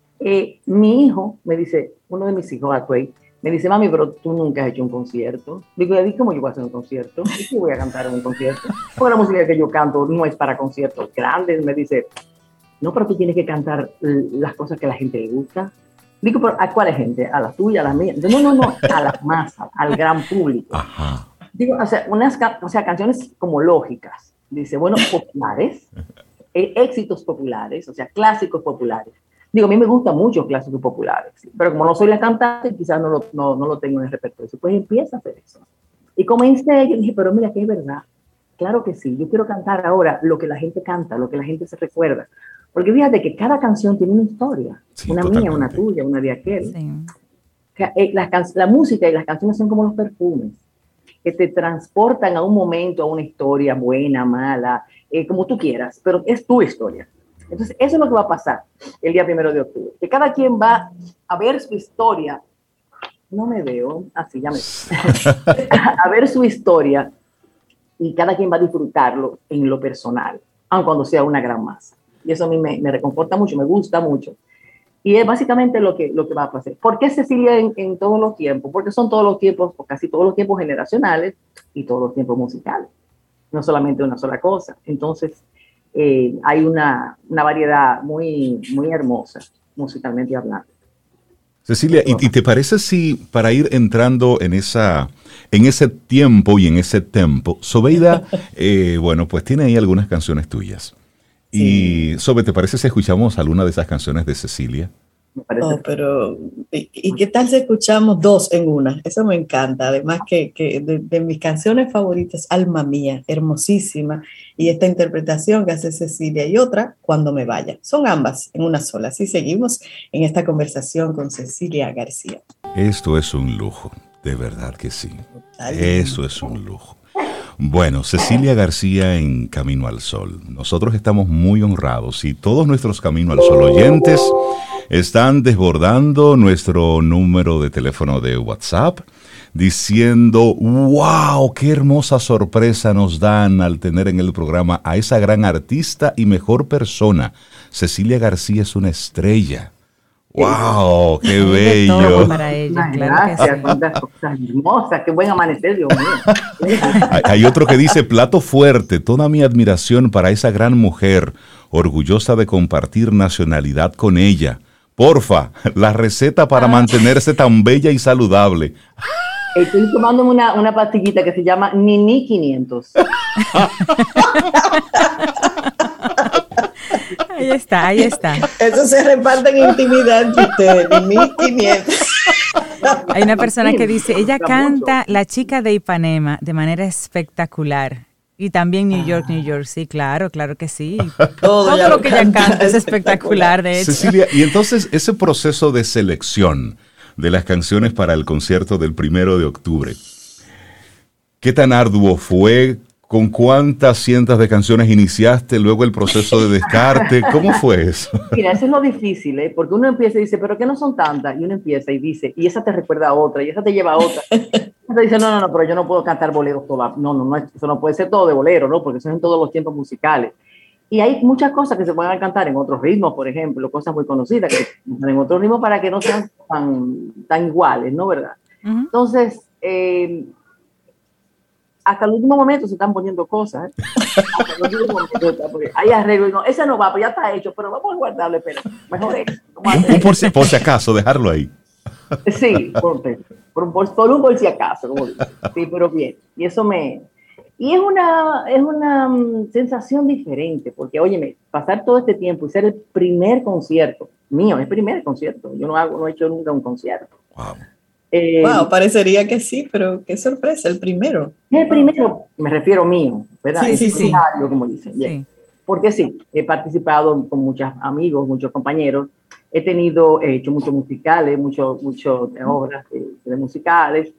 mi hijo me dice, uno de mis hijos, Atway, me dice, mami, pero tú nunca has hecho un concierto. Digo, ¿cómo yo voy a hacer un concierto? ¿Y qué voy a cantar en un concierto? Porque la música que yo canto no es para conciertos grandes. Me dice, no, pero tú tienes que cantar las cosas que a la gente le gusta. Digo, ¿pero a cuál gente? ¿A la tuya, a la mía? No, a las masas, al gran público. Ajá. Digo, o sea, canciones como lógicas. Dice, bueno, populares, éxitos populares, o sea, clásicos populares. Digo, a mí me gustan mucho clásicos populares, ¿sí? Pero como no soy la cantante, quizás no lo tengo en el repertorio. Pues empieza a hacer eso. Y comencé, yo dije, pero mira, que es verdad. Claro que sí, yo quiero cantar ahora lo que la gente canta, lo que la gente se recuerda. Porque fíjate que cada canción tiene una historia, Sí, una totalmente. mía, una tuya, una de aquel. Sí. La música y las canciones son como los perfumes, que te transportan a un momento, a una historia buena, mala, como tú quieras, pero es tu historia. Entonces, eso es lo que va a pasar el día 1 de octubre, que cada quien va a ver su historia. No me veo, así ya me a ver su historia, y cada quien va a disfrutarlo en lo personal, aun cuando sea una gran masa. Y eso a mí me reconforta mucho, me gusta mucho. Y es básicamente lo que va a pasar. ¿Por qué Cecilia en todos los tiempos? Porque son todos los tiempos, o casi todos los tiempos generacionales y todos los tiempos musicales. No solamente una sola cosa. Entonces, hay una variedad muy, muy hermosa, musicalmente hablando. Cecilia, ¿y te parece si para ir entrando en ese tiempo y en ese tempo, Sobeida, bueno, pues tiene ahí algunas canciones tuyas? Sí. Y Sobe, ¿te parece si escuchamos alguna de esas canciones de Cecilia? Me parece. Oh, pero ¿y qué tal si escuchamos dos en una? Eso me encanta. Además que de mis canciones favoritas, Alma Mía, hermosísima, y esta interpretación que hace Cecilia, y otra, Cuando me vaya. Son ambas en una sola. Así seguimos en esta conversación con Cecilia García. Esto es un lujo, de verdad que sí. Total. Eso es un lujo. Bueno, Cecilia García en Camino al Sol. Nosotros estamos muy honrados y todos nuestros Camino al Sol oyentes están desbordando nuestro número de teléfono de WhatsApp diciendo, wow, qué hermosa sorpresa nos dan al tener en el programa a esa gran artista y mejor persona. Cecilia García es una estrella. ¡Wow! ¡Qué De todo bello! para ella, Ay, claro que gracias, sí. cuántas cosas hermosas, qué buen amanecer, Dios mío. Hay otro que dice, plato fuerte, toda mi admiración para esa gran mujer, orgullosa de compartir nacionalidad con ella. Porfa, la receta para mantenerse tan bella y saludable. Estoy tomándome una pastillita que se llama Nini 500. Ahí está, ahí está. Eso se reparte en intimidad entre ustedes, 1500. Hay una persona que dice, ella Mucho. canta La chica de Ipanema de manera espectacular. Y también New York, New York, sí, claro, claro que sí. Todo Todo ya lo lo que ella canta canta es espectacular, de hecho. Cecilia, y entonces ese proceso de selección de las canciones para el concierto del 1 de octubre, ¿qué tan arduo fue? ¿Con cuántas cientos de canciones iniciaste? Luego el proceso de descarte. ¿Cómo fue eso? Mira, eso es lo difícil, ¿eh? Porque uno empieza y dice, pero ¿qué no son tantas? Y uno empieza y dice, y esa te recuerda a otra, y esa te lleva a otra. Esa dice, no, pero yo no puedo cantar boleros todas. No, eso no puede ser todo de bolero, ¿no? Porque eso es en todos los tiempos musicales. Y hay muchas cosas que se pueden cantar en otros ritmos, por ejemplo, cosas muy conocidas que se cantan en otros ritmos para que no sean tan iguales, ¿no? ¿Verdad? Ujú. Entonces, hasta el último momento se están poniendo cosas, ¿eh? Hasta el último momento se están poniendo. Hay arreglo, no, ese no va, pues ya está hecho, pero vamos a guardarle, pero mejor es. Por si acaso, dejarlo ahí. Sí, por un por si acaso, como dice. Sí, pero bien. Y eso y es una sensación diferente, porque, óyeme, pasar todo este tiempo y ser el primer concierto mío, el primer concierto. Yo no he hecho nunca un concierto. Wow. Wow, parecería que sí, pero qué sorpresa, el primero. El primero, me refiero mío, ¿verdad? Sí. Escenario, como dicen. Sí. Porque sí, he participado con muchos amigos, muchos compañeros. He hecho muchos musicales, muchas obras de musicales.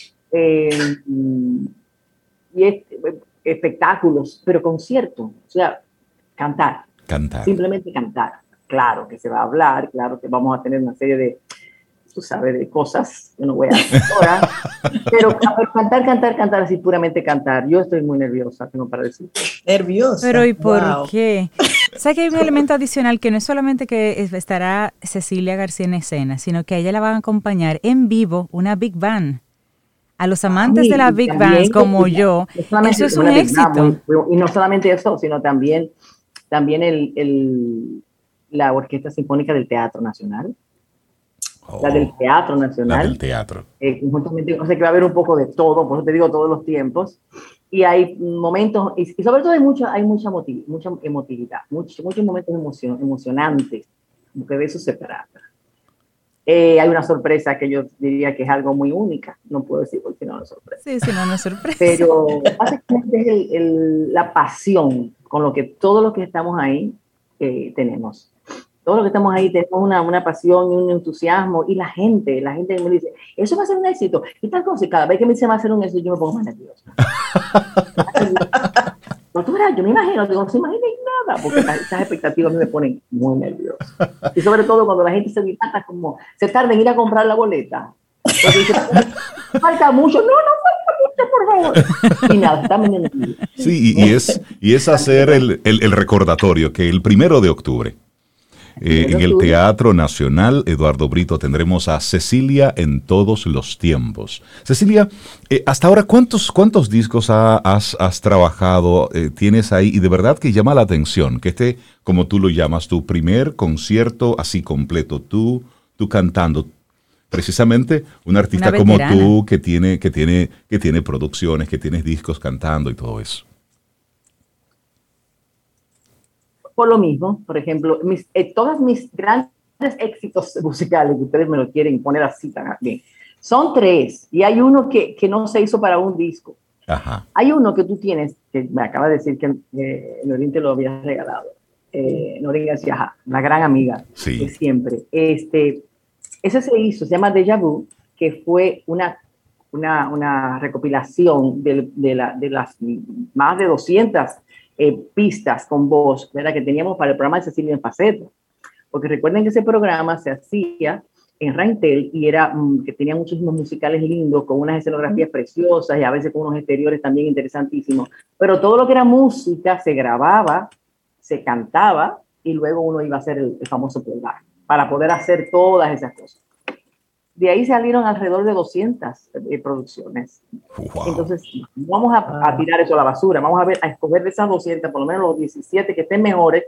Y espectáculos, pero conciertos, o sea, cantar. Simplemente cantar. Claro que se va a hablar, claro que vamos a tener una serie de, tú sabes, de cosas que no voy a hacer ahora, pero cantar, así puramente cantar. Yo estoy muy nerviosa, tengo para decir. Nerviosa. Pero ¿y por Wow. qué? O sea que hay un elemento adicional que no es solamente que estará Cecilia García en escena, sino que a ella la van a acompañar en vivo una Big Band. A los amantes de la Big Band como yo, eso es un éxito. Y no solamente eso, sino también la Orquesta Sinfónica del Teatro Nacional. La del Teatro Nacional. La del teatro. Conjuntamente, o sea que va a haber un poco de todo, por eso te digo todos los tiempos. Y hay momentos, y sobre todo hay mucha emotividad, muchos momentos emocionantes, porque de eso se trata. Hay una sorpresa que yo diría que es algo muy única, no puedo decir porque no es sorpresa. Sí, no es sorpresa. Pero básicamente es la pasión con lo que todos los que estamos ahí tenemos. Todos los que estamos ahí tenemos una pasión y un entusiasmo, y la gente me dice, eso va a ser un éxito, y tal cosa, y cada vez que me dice va a ser un éxito, yo me pongo más nerviosa. No, tú verás, yo me imagino, digo, no se imaginen nada, porque esas expectativas me ponen muy nerviosa. Y sobre todo cuando la gente se dilata, como se tarda en ir a comprar la boleta. Porque dice, falta mucho, no falta mucho, por favor. Y nada, está vendiendo. Sí, y es hacer el recordatorio que el 1 de octubre, en el Teatro Nacional Eduardo Brito, tendremos a Cecilia en todos los tiempos. Cecilia, hasta ahora, ¿cuántos discos has trabajado, tienes ahí? Y de verdad que llama la atención que este, como tú lo llamas, tu primer concierto así completo, tú cantando. Precisamente un artista como tú que tiene producciones, que tienes discos cantando y todo eso. Por lo mismo, por ejemplo, todos mis grandes éxitos musicales, que ustedes me lo quieren poner así tan bien, son 3, y hay uno que no se hizo para un disco. Ajá. Hay uno que tú tienes, que me acaba de decir que Norín te lo había regalado, Norín García, una gran amiga de siempre. Ese se hizo, se llama Déjà Vu, que fue una recopilación de las más de 200 pistas con voz, ¿verdad?, que teníamos para el programa de Cecilia en Faceta. Porque recuerden que ese programa se hacía en Raintel y que tenía muchísimos musicales lindos, con unas escenografías preciosas y a veces con unos exteriores también interesantísimos. Pero todo lo que era música se grababa, se cantaba y luego uno iba a hacer el famoso playback para poder hacer todas esas cosas. De ahí salieron alrededor de 200 producciones. Wow. Entonces, vamos a tirar eso a la basura. Vamos a escoger de esas 200, por lo menos los 17 que estén mejores,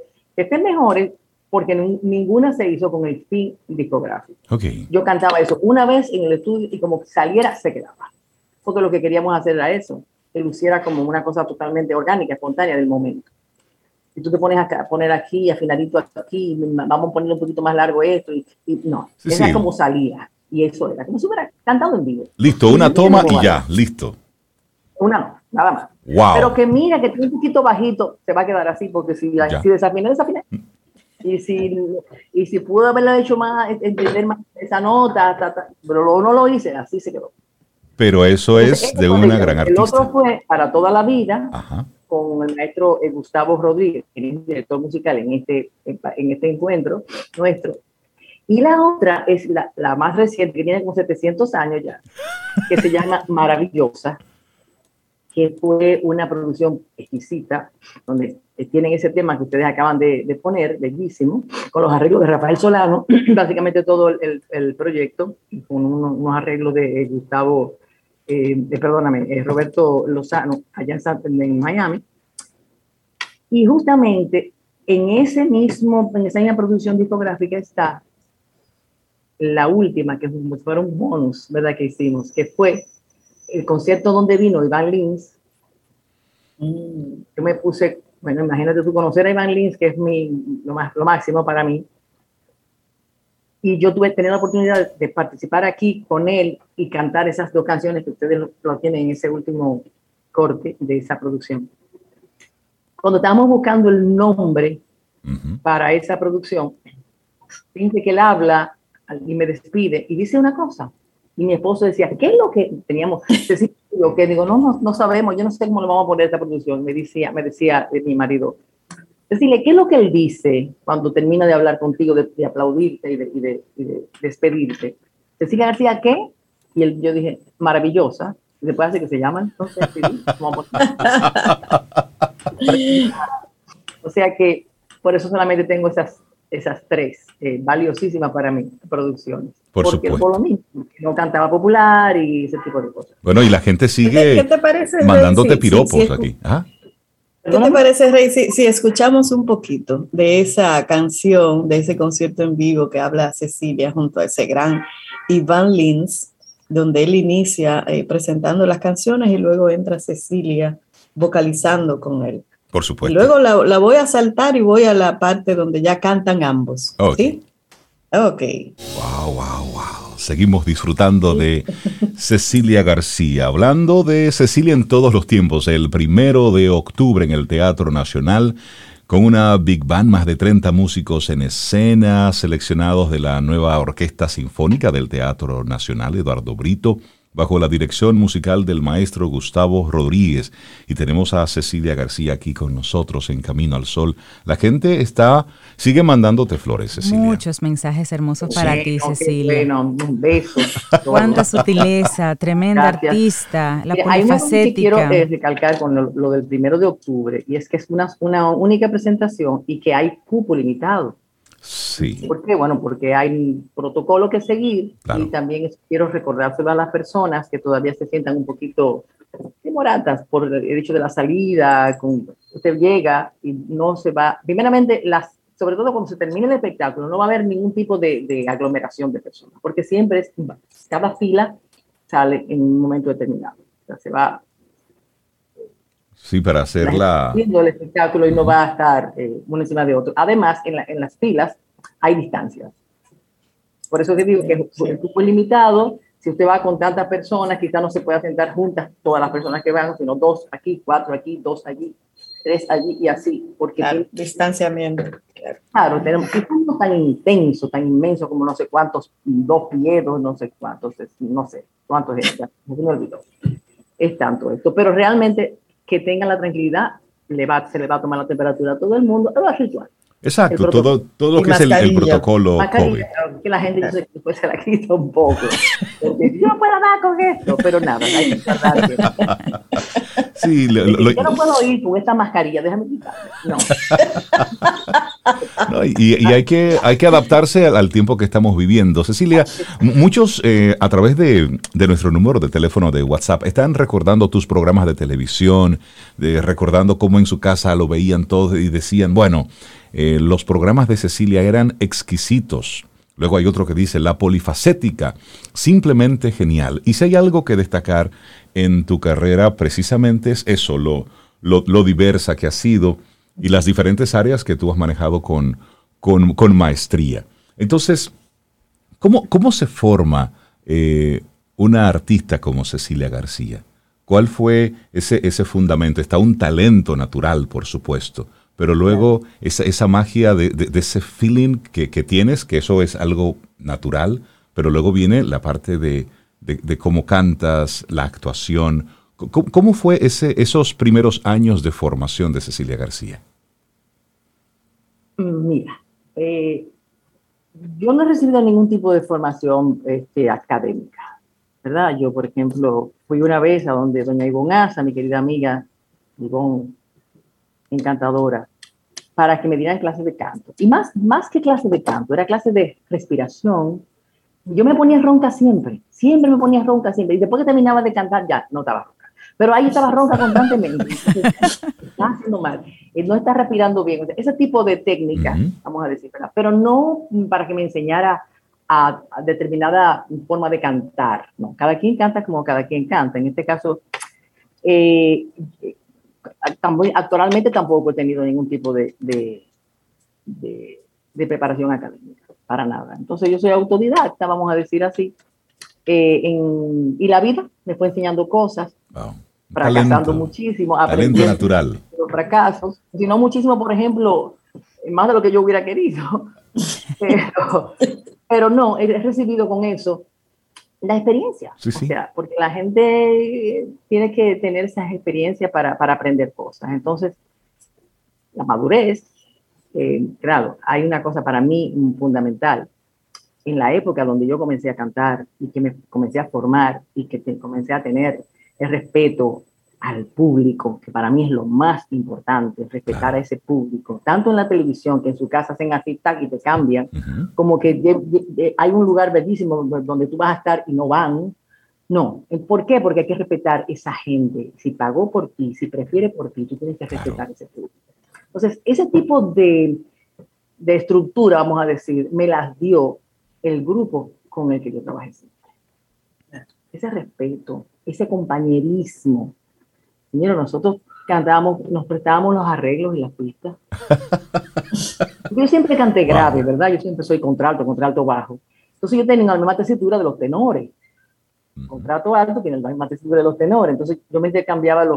porque ninguna se hizo con el fin discográfico. Okay. Yo cantaba eso una vez en el estudio y como saliera, se quedaba. Porque lo que queríamos hacer era eso, que luciera como una cosa totalmente orgánica, espontánea del momento. Si tú te pones a poner aquí, afinadito aquí, vamos a ponerle un poquito más largo esto, y no, era como salía. Y eso era como si hubiera cantado en vivo. Listo, una toma y ya, listo. No, nada más. Wow. Pero que mira, que tiene un poquito bajito, se va a quedar así, porque si desafiné. Y si pudo haberlo hecho más, entender más esa nota, pero no lo hice, así se quedó. Pero eso es de una gran artista. El otro fue Para Toda la Vida. Ajá. Con el maestro Gustavo Rodríguez, que es director musical en este encuentro nuestro. Y la otra es la más reciente, que tiene como 700 años ya, que se llama Maravillosa, que fue una producción exquisita, donde tienen ese tema que ustedes acaban de poner, bellísimo, con los arreglos de Rafael Solano, básicamente todo el proyecto, y con unos arreglos de Gustavo, Roberto Lozano, allá en Miami. Y justamente en esa misma producción discográfica está la última, que fueron un bonus, ¿verdad?, que hicimos, que fue el concierto donde vino Iván Lins. Yo me puse, bueno, imagínate tú conocer a Iván Lins, que es lo máximo para mí. Y yo tener la oportunidad de participar aquí con él y cantar esas 2 canciones que ustedes lo tienen en ese último corte de esa producción. Cuando estábamos buscando el nombre para esa producción, fíjense que él habla y me despide y dice una cosa. Y mi esposo decía, ¿qué es lo que teníamos? Lo que digo, no sabemos, yo no sé cómo le vamos a poner esta producción. Me decía mi marido, decirle, ¿qué es lo que él dice cuando termina de hablar contigo, de aplaudirte y de despedirte? Cecilia García, ¿qué? Y yo dije, Maravillosa. Después así que se llama, entonces, o sea que por eso solamente tengo esas 3 valiosísimas para mí producciones. Porque por lo mismo, no cantaba popular y ese tipo de cosas. Bueno, y la gente sigue ¿Qué te parece, mandándote Rey? piropos aquí. ¿Ah? ¿Qué te parece, Rey, si escuchamos un poquito de esa canción, de ese concierto en vivo que habla Cecilia junto a ese gran Iván Lins, donde él inicia presentando las canciones y luego entra Cecilia vocalizando con él? Por supuesto. Y luego la voy a saltar y voy a la parte donde ya cantan ambos. Okay. ¿Sí? Ok. Wow. Seguimos disfrutando de Cecilia García. Hablando de Cecilia en todos los tiempos, el 1 de octubre en el Teatro Nacional, con una Big Band, más de 30 músicos en escena, seleccionados de la nueva Orquesta Sinfónica del Teatro Nacional Eduardo Brito, bajo la dirección musical del maestro Gustavo Rodríguez. Y tenemos a Cecilia García aquí con nosotros en Camino al Sol. La gente sigue mandándote flores, Cecilia. Muchos mensajes hermosos para ti, Cecilia. Bueno, un beso. Cuánta sutileza, tremenda Gracias. artista, la Hay una cosa que polifacética. quiero recalcar con lo del 1 de octubre, y es que es una única presentación y que hay cupo limitado. Sí. ¿Por qué? Bueno, porque hay un protocolo que seguir, Claro. y también quiero recordárselo a las personas que todavía se sientan un poquito timoratas por el hecho de la salida. Usted llega y no se va, primeramente, sobre todo cuando se termine el espectáculo, no va a haber ningún tipo de aglomeración de personas, porque siempre cada fila sale en un momento determinado. O sea, se va Sí, para hacerla. viendo el espectáculo y no va a estar uno encima de otro. Además, en las filas hay distancias. Por eso te digo que el cupo es limitado. Si usted va con tantas personas, quizás no se pueda sentar juntas todas las personas que van, sino 2 aquí, 4 aquí, 2 allí, 3 allí y así. Porque Claro, distanciamiento. claro, tenemos que no tan intenso, tan inmenso como no sé cuántos, 2 pies, no sé cuántos, no sé cuántos es, ya, me olvidó. Es tanto esto, pero realmente que tengan la tranquilidad, se le va a tomar la temperatura a todo el mundo, es ritual. Exacto, todo lo Y que es el mascarilla. protocolo COVID. Mascarilla, que la gente, yo sé que después se la quita un poco. Porque yo no puedo hablar con esto, pero nada, hay que guardarse. Sí, Yo no puedo ir con esta mascarilla, déjame quitarla. No. No, y hay que adaptarse al tiempo que estamos viviendo. Cecilia, muchos a través de nuestro número de teléfono de WhatsApp están recordando tus programas de televisión, recordando cómo en su casa lo veían todos y decían, bueno, los programas de Cecilia eran exquisitos. Luego hay otro que dice, la polifacética, simplemente genial. Y si hay algo que destacar en tu carrera, precisamente es eso, lo diversa que has sido y las diferentes áreas que tú has manejado con maestría. Entonces, ¿cómo se forma una artista como Cecilia García? ¿Cuál fue ese fundamento? Está un talento natural, por supuesto, pero luego esa magia de ese feeling que tienes, que eso es algo natural, pero luego viene la parte de cómo cantas, la actuación. ¿Cómo fue esos primeros años de formación de Cecilia García? Mira, yo no he recibido ningún tipo de formación académica, ¿verdad? Yo, por ejemplo, fui una vez a donde doña Ivonne Asa, mi querida amiga, Ivonne, encantadora, para que me dieran clases de canto. Y más que clases de canto, era clases de respiración. Yo me ponía ronca siempre me ponía ronca siempre. Y después que terminaba de cantar, ya no estaba ronca. Pero ahí estaba ronca constantemente. Estaba haciendo mal. No está respirando bien. O sea, ese tipo de técnica, vamos a decir, ¿verdad? Pero no para que me enseñara a determinada forma de cantar. No, cada quien canta como cada quien canta. En este caso, actualmente tampoco he tenido ningún tipo de preparación académica, para nada. Entonces yo soy autodidacta, vamos a decir así, y la vida me fue enseñando cosas, Wow. fracasando muchísimo, Talento aprendiendo natural. los fracasos, sino muchísimo, por ejemplo, más de lo que yo hubiera querido, pero no, he recibido con eso la experiencia. Sí, sí. O sea, porque la gente tiene que tener esas experiencias para aprender cosas. Entonces, la madurez, claro, hay una cosa para mí fundamental. En la época donde yo comencé a cantar y que me comencé a formar y que comencé a tener el respeto al público, que para mí es lo más importante, respetar Claro. a ese público, tanto en la televisión, que en su casa hacen así, tac, y te cambian, como que hay un lugar bellísimo donde tú vas a estar y no van. No, ¿por qué? Porque hay que respetar esa gente. Si pagó por ti, si prefiere por ti, tú tienes que respetar ese público. Entonces, ese tipo de estructura, vamos a decir, me las dio el grupo con el que yo trabajé siempre. Ese respeto, ese compañerismo. Señora, nosotros cantábamos, nos prestábamos los arreglos y las pistas. Yo siempre canté grave, ¿verdad? Yo siempre soy contralto bajo. Entonces yo tenía la misma tesitura de los tenores. Contralto alto tiene la misma tesitura de los tenores. Entonces yo me intercambiaba los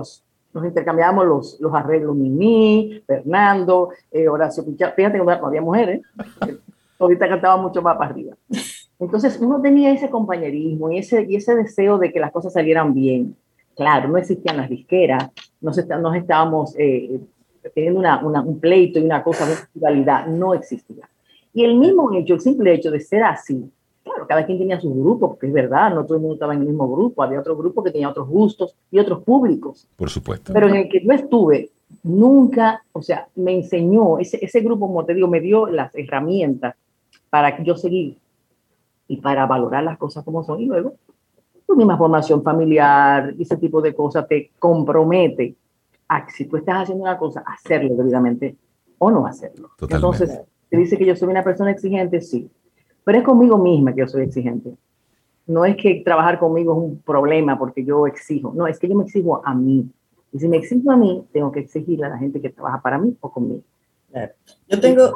Nos intercambiábamos los arreglos, Mimi, Fernando, Horacio Pichardo. Fíjate que no había mujeres, ahorita cantaba mucho más para arriba. Entonces uno tenía ese compañerismo y ese deseo de que las cosas salieran bien. Claro, no existían las disqueras, no estábamos teniendo un pleito y una cosa, una rivalidad, no existía. Y el simple hecho de ser así, claro, cada quien tenía sus grupos, porque es verdad, no todo el mundo estaba en el mismo grupo, había otro grupo que tenía otros gustos y otros públicos. Por supuesto. Pero en el que yo estuve, nunca, o sea, me enseñó, ese grupo, como te digo, me dio las herramientas para que yo seguir y para valorar las cosas como son. Y luego, tu misma formación familiar, ese tipo de cosas te compromete a que si tú estás haciendo una cosa, hacerlo debidamente o no hacerlo. Totalmente. Entonces, te dice que yo soy una persona exigente, sí, pero es conmigo misma que yo soy exigente. No es que trabajar conmigo es un problema porque yo exijo, no, es que yo me exijo a mí. Y si me exijo a mí, tengo que exigirle a la gente que trabaja para mí o conmigo. Claro. Yo tengo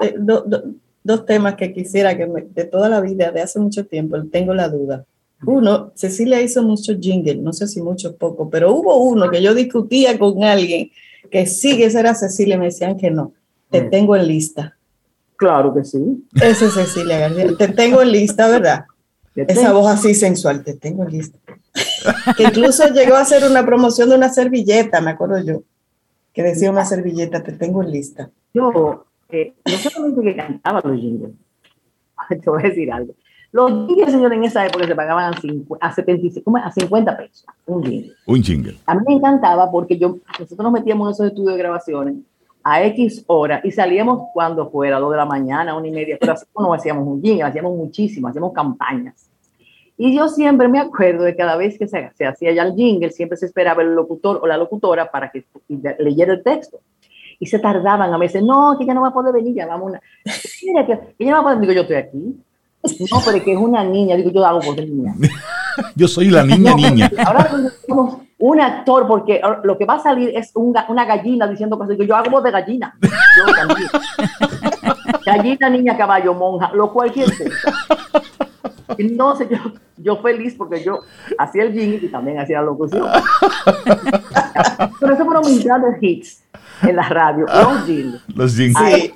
dos temas que quisiera que de toda la vida, de hace mucho tiempo, tengo la duda. Uno, Cecilia hizo muchos jingles, no sé si muchos poco, pero hubo uno que yo discutía con alguien que sí, que esa era Cecilia, me decían que no. Te tengo en lista. Claro que sí. Esa es Cecilia García. Te tengo en lista, ¿verdad? Esa voz así sensual, te tengo en lista. Que incluso llegó a hacer una promoción de una servilleta, me acuerdo yo, que decía una servilleta, te tengo en lista. Yo, no solamente que cantaba los jingles, te voy a decir algo. Los jingles, señor, en esa época se pagaban a 50 pesos, un jingle. Un jingle. A mí me encantaba porque nosotros nos metíamos en esos estudios de grabaciones a X hora y salíamos cuando fuera, 2 de la mañana, 1:30, pero así no hacíamos un jingle, hacíamos muchísimo, hacíamos campañas. Y yo siempre me acuerdo de cada vez que se hacía ya el jingle, siempre se esperaba el locutor o la locutora para que leyera el texto. Y se tardaban a veces, no, que ella no va a poder venir, ya vamos mira, que ella no va a poder, digo, yo estoy aquí. No, pero es que es una niña, digo, yo hago por ser niña. Yo soy la niña. Ahora somos un actor, porque lo que va a salir es una gallina diciendo cosas, digo, yo hago voz de gallina. Yo también. Gallina, niña, caballo, monja, lo cualquier cosa. Entonces yo feliz porque yo hacía el jingle y también hacía la locución. Pero eso fueron mis grandes hits en la radio, los jingles. Sí.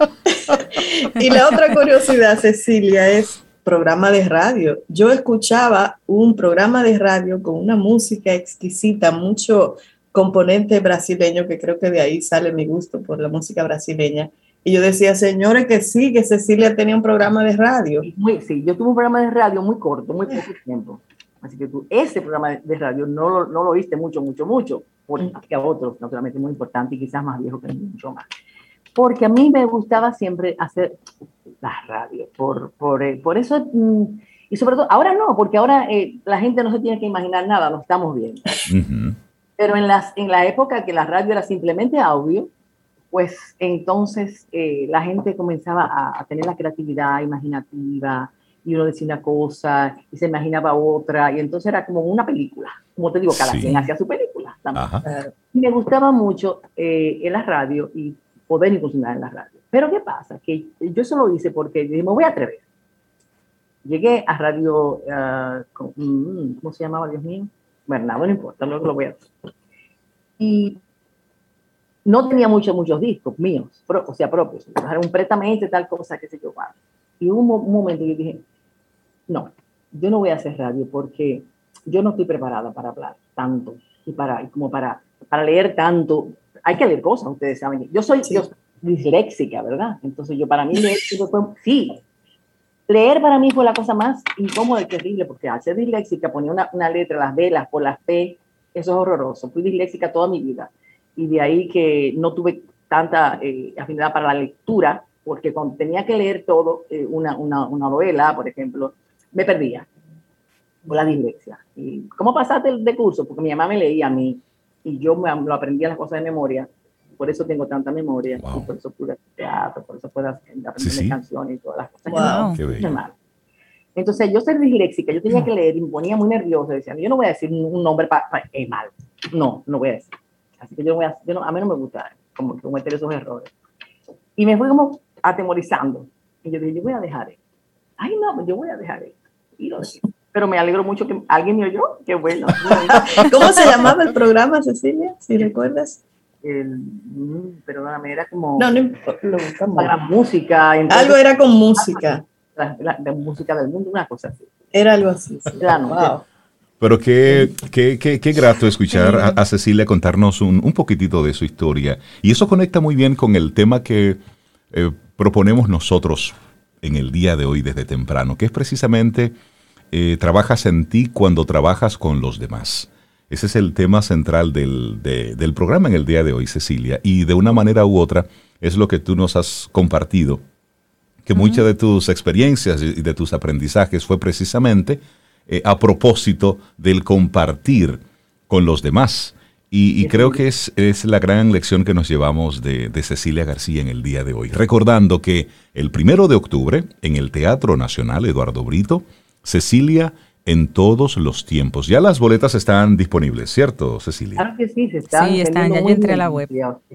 Y la otra curiosidad, Cecilia, es programa de radio. Yo escuchaba un programa de radio con una música exquisita, mucho componente brasileño, que creo que de ahí sale mi gusto por la música brasileña. Y yo decía, señores, que sí, que Cecilia tenía un programa de radio. Sí, yo tuve un programa de radio muy corto, muy poco tiempo. Así que ese programa de radio no lo oíste mucho, porque a otros, naturalmente, muy importante y quizás más viejo que mucho más. Porque a mí me gustaba siempre hacer la radio, por eso, y sobre todo, ahora no, porque ahora la gente no se tiene que imaginar nada, lo estamos viendo. Uh-huh. Pero en la época que la radio era simplemente audio, pues entonces la gente comenzaba a tener la creatividad imaginativa, y uno decía una cosa y se imaginaba otra, y entonces era como una película, como te digo, cada quien hacía su película también. Me gustaba mucho en la radio y poder incursionar en la radio. Pero ¿qué pasa? Que yo eso lo hice porque dije, me voy a atrever. Llegué a radio, ¿cómo se llamaba, Dios mío? Bueno, no importa, luego lo voy a hacer. Y no tenía muchos discos míos, propios. Era un préstamente, tal cosa, qué sé yo. Y hubo un momento que yo dije, no, yo no voy a hacer radio porque yo no estoy preparada para hablar tanto y como para leer tanto. Hay que leer cosas, ustedes saben. Yo soy disléxica, ¿verdad? Entonces para mí leer para mí fue la cosa más incómoda y terrible, porque al ser disléxica ponía una letra, las D, las por las P, eso es horroroso. Fui disléxica toda mi vida y de ahí que no tuve tanta afinidad para la lectura, porque cuando tenía que leer todo, una novela, por ejemplo, me perdía por la dislexia. ¿Y cómo pasaste de curso? Porque mi mamá me leía a mí y yo lo aprendía las cosas de memoria, por eso tengo tanta memoria, y por eso pude hacer teatro, por eso puedo aprender canciones y todas las cosas. Que no, entonces yo ser disléxica, yo tenía que leer y me ponía muy nerviosa, decía, yo no voy a decir un nombre mal, no voy a decir. Así que a mí no me gusta como cometer esos errores. Y me fui como atemorizando. Y yo dije, yo voy a dejar esto. Ay, no, yo voy a dejar esto. Y lo dejé. Pero me alegro mucho que alguien me oyó. Qué bueno. ¿Cómo se llamaba el programa, Cecilia? Si recuerdas. perdóname, era como No, no importa, lo buscamos. la gran música. Entonces, Algo era con música. La música del mundo, una cosa así. Era algo así. Sí. Ya no, Wow. Pero qué grato escuchar a Cecilia contarnos un poquitito de su historia. Y eso conecta muy bien con el tema que proponemos nosotros en el día de hoy desde temprano, que es precisamente trabajas en ti cuando trabajas con los demás. Ese es el tema central del programa en el día de hoy, Cecilia. Y de una manera u otra es lo que tú nos has compartido, que muchas de tus experiencias y de tus aprendizajes fue precisamente a propósito del compartir con los demás. Y creo que es la gran lección que nos llevamos de Cecilia García en el día de hoy. Recordando que el 1 de octubre, en el Teatro Nacional Eduardo Brito, Cecilia en todos los tiempos. Ya las boletas están disponibles, ¿cierto, Cecilia? Claro que sí, se están. Sí, están, ya yo entré a la web.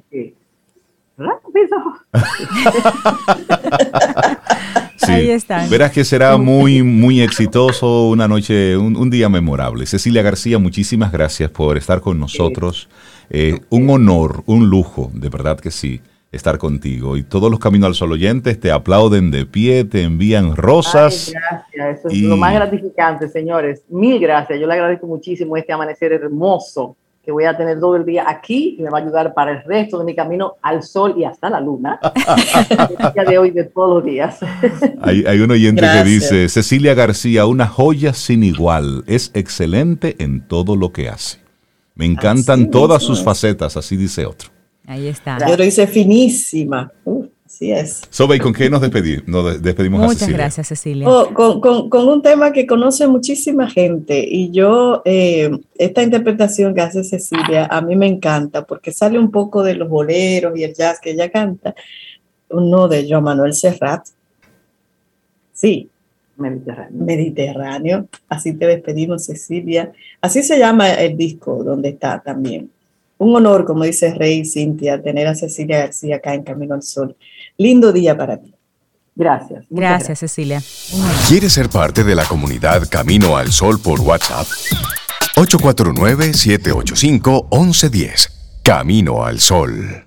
Sí. Ahí están. Verás que será muy, muy exitoso, una noche, un día memorable. Cecilia García, muchísimas gracias por estar con nosotros. Un honor, un lujo, de verdad que sí, estar contigo. Y todos los Camino al Sol oyentes te aplauden de pie, te envían rosas. Ay, gracias, eso es lo más gratificante, señores. Mil gracias, yo le agradezco muchísimo este amanecer hermoso que voy a tener todo el día aquí y me va a ayudar para el resto de mi camino al sol y hasta la luna. El día de hoy, de todos los días. Hay un oyente Gracias. que dice, Cecilia García, una joya sin igual, es excelente en todo lo que hace. Me encantan Así todas mismo sus es. facetas, así dice otro. Ahí está. Yo lo hice finísima. Así es. Sobe, ¿y con qué nos despedimos a Muchas Cecilia? gracias, Cecilia. Oh, con un tema que conoce muchísima gente y yo, esta interpretación que hace Cecilia, a mí me encanta porque sale un poco de los boleros y el jazz que ella canta, uno de Joan Manuel Serrat. Sí, Mediterráneo. Así te despedimos, Cecilia. Así se llama el disco donde está también. Un honor, como dice Rey Cintia, tener a Cecilia García acá en Camino al Sol. Lindo día para ti. Gracias. muchas Gracias, Cecilia. ¿Quieres ser parte de la comunidad Camino al Sol por WhatsApp? 849-785-1110. Camino al Sol.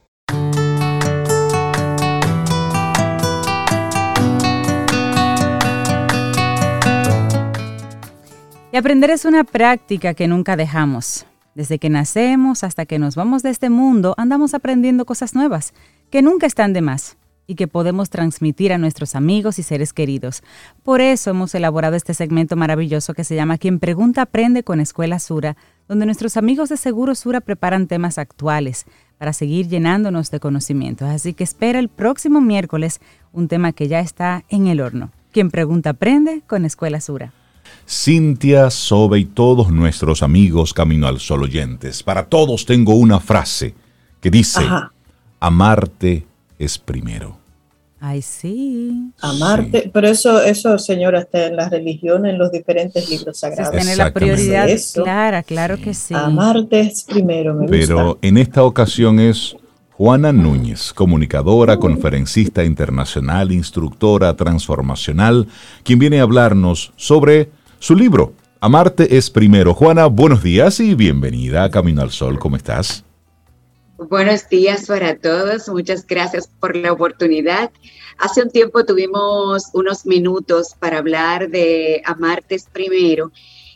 Y aprender es una práctica que nunca dejamos. Desde que nacemos hasta que nos vamos de este mundo, andamos aprendiendo cosas nuevas, que nunca están de más y que podemos transmitir a nuestros amigos y seres queridos. Por eso hemos elaborado este segmento maravilloso que se llama Quien Pregunta Aprende con Escuela Sura, donde nuestros amigos de Seguro Sura preparan temas actuales para seguir llenándonos de conocimientos. Así que espera el próximo miércoles un tema que ya está en el horno. Quien Pregunta Aprende con Escuela Sura. Cintia, Sobe y todos nuestros amigos Camino al Sol oyentes. Para todos tengo una frase que dice, Ajá. amarte es primero. Ay, sí. Amarte, Sí. pero eso, señora, está en la religión, en los diferentes libros sagrados. Tener la Exactamente. prioridad Eso. clara, claro que sí. Amarte es primero, me gusta. Pero en esta ocasión es Juana Núñez, comunicadora, conferencista internacional, instructora transformacional, quien viene a hablarnos sobre su libro, Amarte es primero. Juana, buenos días y bienvenida a Camino al Sol. ¿Cómo estás? Buenos días para todos, muchas gracias por la oportunidad. Hace un tiempo tuvimos unos minutos para hablar de Amarte es primero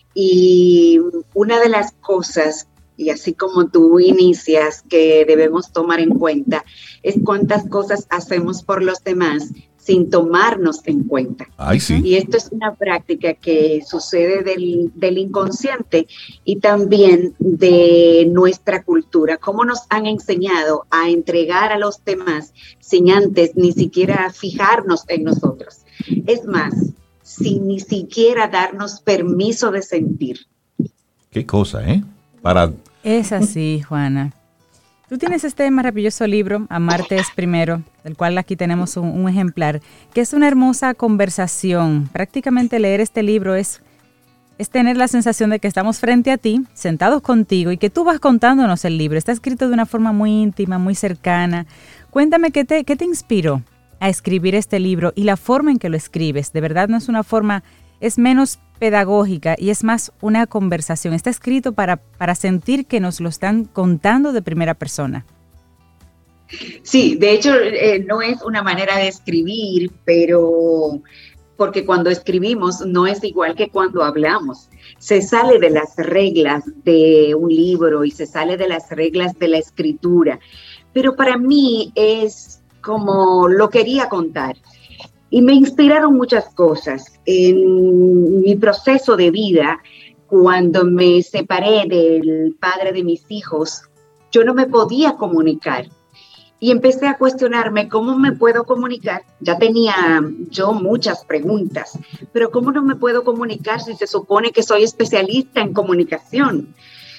y una de las cosas, y así como tú inicias, que debemos tomar en cuenta es cuántas cosas hacemos por los demás sin tomarnos en cuenta. Ay, sí. Y esto es una práctica que sucede del inconsciente y también de nuestra cultura. Cómo nos han enseñado a entregar a los demás sin antes ni siquiera fijarnos en nosotros. Es más, sin ni siquiera darnos permiso de sentir. Qué cosa, ¿eh? Para... Es así, Juana. Tú tienes este maravilloso libro, Amarte es primero, del cual aquí tenemos un ejemplar, que es una hermosa conversación. Prácticamente leer este libro es tener la sensación de que estamos frente a ti, sentados contigo, y que tú vas contándonos el libro. Está escrito de una forma muy íntima, muy cercana. Cuéntame, ¿qué te inspiró a escribir este libro y la forma en que lo escribes? De verdad no es una forma, es menos pedagógica y es más una conversación. Está escrito para sentir que nos lo están contando de primera persona. Sí, de hecho no es una manera de escribir, pero porque cuando escribimos no es igual que cuando hablamos. Se sale de las reglas de un libro y se sale de las reglas de la escritura, pero para mí es como lo quería contar. Y me inspiraron muchas cosas. En mi proceso de vida, cuando me separé del padre de mis hijos, yo no me podía comunicar. Y empecé a cuestionarme cómo me puedo comunicar. Ya tenía yo muchas preguntas, pero ¿cómo no me puedo comunicar si se supone que soy especialista en comunicación?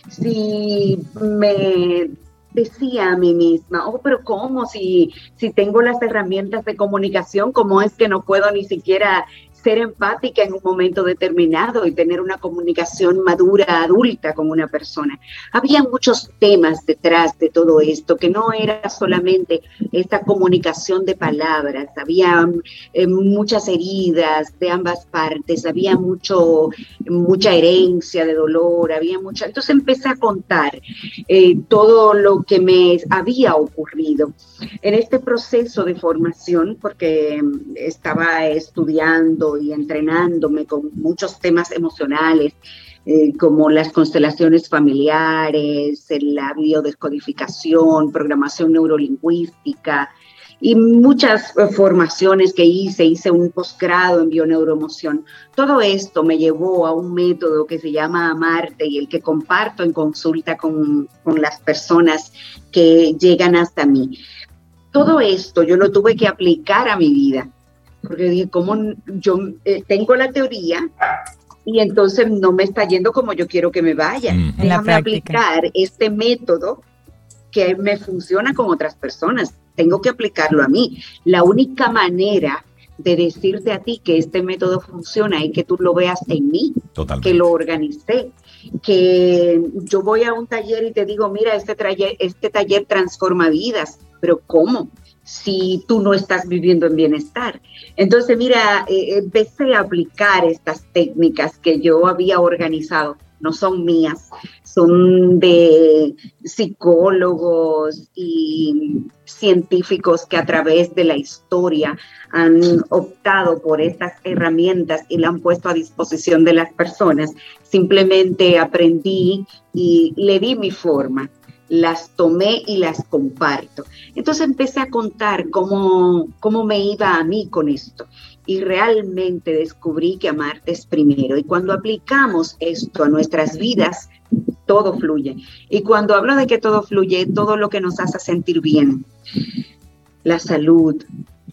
Si me decía a mí misma, pero ¿cómo? Si tengo las herramientas de comunicación, ¿cómo es que no puedo ni siquiera ser empática en un momento determinado y tener una comunicación madura, adulta con una persona? Había muchos temas detrás de todo esto, que no era solamente esta comunicación de palabras, había muchas heridas de ambas partes, había mucha herencia de dolor, había mucha... Entonces empecé a contar todo lo que me había ocurrido en este proceso de formación, porque estaba estudiando y entrenándome con muchos temas emocionales, como las constelaciones familiares, la biodescodificación, programación neurolingüística y muchas formaciones que hice un posgrado en bioneuroemoción. Todo esto me llevó a un método que se llama Amarte y el que comparto en consulta con las personas que llegan hasta mí. Todo esto yo lo tuve que aplicar a mi vida, porque dije, ¿cómo yo tengo la teoría y entonces no me está yendo como yo quiero que me vaya? Déjame aplicar este método que me funciona con otras personas. Tengo que aplicarlo a mí. La única manera de decirte a ti que este método funciona y que tú lo veas en mí, totalmente, que lo organicé, que yo voy a un taller y te digo, mira, este taller transforma vidas, pero ¿cómo? Si tú no estás viviendo en bienestar. Entonces, mira, empecé a aplicar estas técnicas que yo había organizado. No son mías, son de psicólogos y científicos que a través de la historia han optado por estas herramientas y la han puesto a disposición de las personas. Simplemente aprendí y le di mi forma, las tomé y las comparto. Entonces empecé a contar cómo me iba a mí con esto. Y realmente descubrí que amarte es primero. Y cuando aplicamos esto a nuestras vidas, todo fluye. Y cuando hablo de que todo fluye, todo lo que nos hace sentir bien. La salud,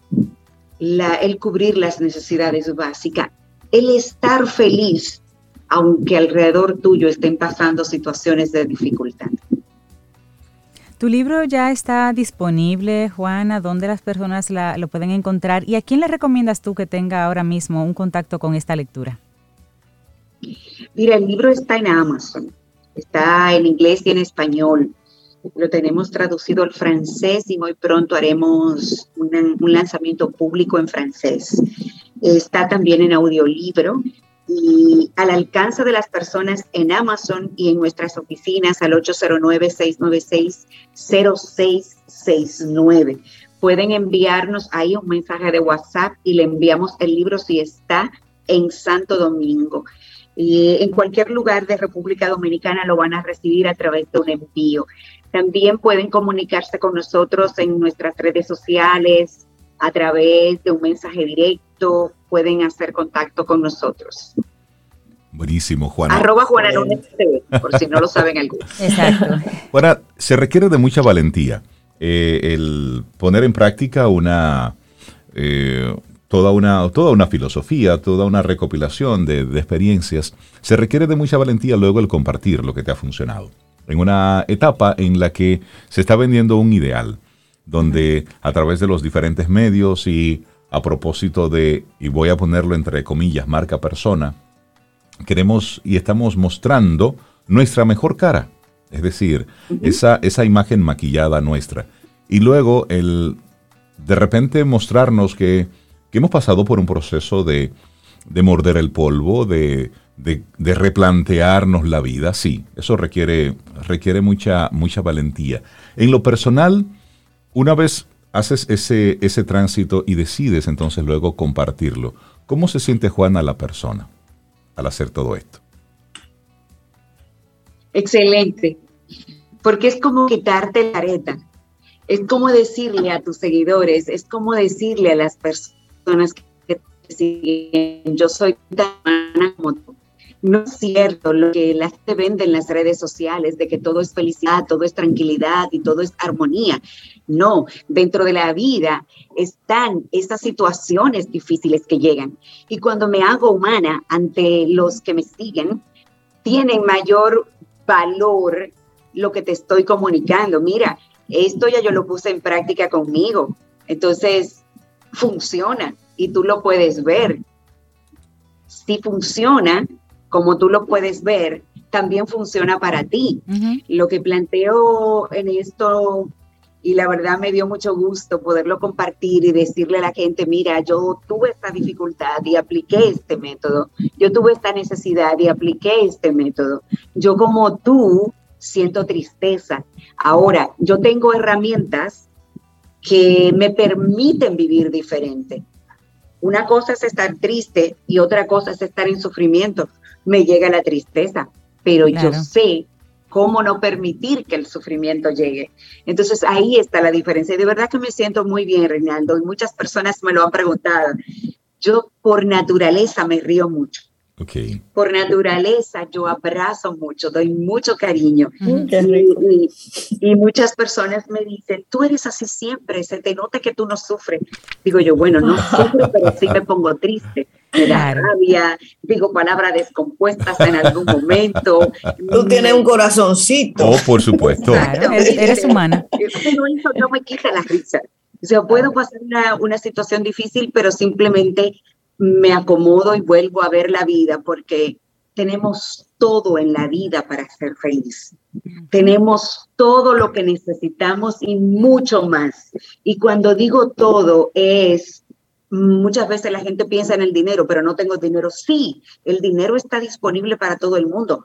el cubrir las necesidades básicas, el estar feliz, aunque alrededor tuyo estén pasando situaciones de dificultad. Tu libro ya está disponible, Juana. ¿Dónde las personas lo pueden encontrar? ¿Y a quién le recomiendas tú que tenga ahora mismo un contacto con esta lectura? Mira, el libro está en Amazon. Está en inglés y en español. Lo tenemos traducido al francés y muy pronto haremos un lanzamiento público en francés. Está también en audiolibro y al alcance de las personas en Amazon y en nuestras oficinas al 809-696-0669. Pueden enviarnos ahí un mensaje de WhatsApp y le enviamos el libro si está en Santo Domingo. Y en cualquier lugar de República Dominicana lo van a recibir a través de un envío. También pueden comunicarse con nosotros en nuestras redes sociales, a través de un mensaje directo, pueden hacer contacto con nosotros. Buenísimo, Juana. @Juana Núñez TV, por si no lo saben algunos. Exacto. Juana, se requiere de mucha valentía el poner en práctica toda una filosofía, toda una recopilación de experiencias. Se requiere de mucha valentía luego el compartir lo que te ha funcionado. En una etapa en la que se está vendiendo un ideal, donde a través de los diferentes medios y a propósito de, y voy a ponerlo entre comillas, marca persona, queremos y estamos mostrando nuestra mejor cara, es decir, esa imagen maquillada nuestra. Y luego de repente mostrarnos que hemos pasado por un proceso de morder el polvo, de replantearnos la vida. Sí, eso requiere mucha valentía. En lo personal, Una vez haces ese tránsito y decides entonces luego compartirlo, ¿cómo se siente Juana la persona al hacer todo esto? Excelente, porque es como quitarte la careta, es como decirle a tus seguidores, es como decirle a las personas que te siguen, yo soy tan humana como tú. No es cierto lo que la gente vende en las redes sociales, de que todo es felicidad, todo es tranquilidad y todo es armonía. No, dentro de la vida están esas situaciones difíciles que llegan. Y cuando me hago humana ante los que me siguen, tienen mayor valor lo que te estoy comunicando. Mira, esto ya yo lo puse en práctica conmigo. Entonces, funciona y tú lo puedes ver. Si funciona, como tú lo puedes ver, también funciona para ti. Uh-huh. Lo que planteo en esto, y la verdad me dio mucho gusto poderlo compartir y decirle a la gente, mira, yo tuve esta dificultad y apliqué este método. Yo tuve esta necesidad y apliqué este método. Yo como tú siento tristeza. Ahora, yo tengo herramientas que me permiten vivir diferente. Una cosa es estar triste y otra cosa es estar en sufrimiento. Me llega la tristeza, pero claro, yo sé cómo no permitir que el sufrimiento llegue. Entonces ahí está la diferencia. Y de verdad que me siento muy bien, Reinaldo, y muchas personas me lo han preguntado. Yo por naturaleza me río mucho. Okay. Por naturaleza yo abrazo mucho, doy mucho cariño. Y muchas personas me dicen, tú eres así siempre, se te nota que tú no sufres. Digo yo, bueno, no sufro, pero sí me pongo triste. Me da rabia, digo palabras descompuestas en algún momento. Tú tienes un corazoncito. Oh, por supuesto. Claro, eres humana. Eso no me quita la risa. O sea, puedo pasar una situación difícil, pero simplemente me acomodo y vuelvo a ver la vida, porque tenemos todo en la vida para ser feliz. Tenemos todo lo que necesitamos y mucho más. Y cuando digo todo es, muchas veces la gente piensa en el dinero, pero no tengo dinero. Sí, el dinero está disponible para todo el mundo.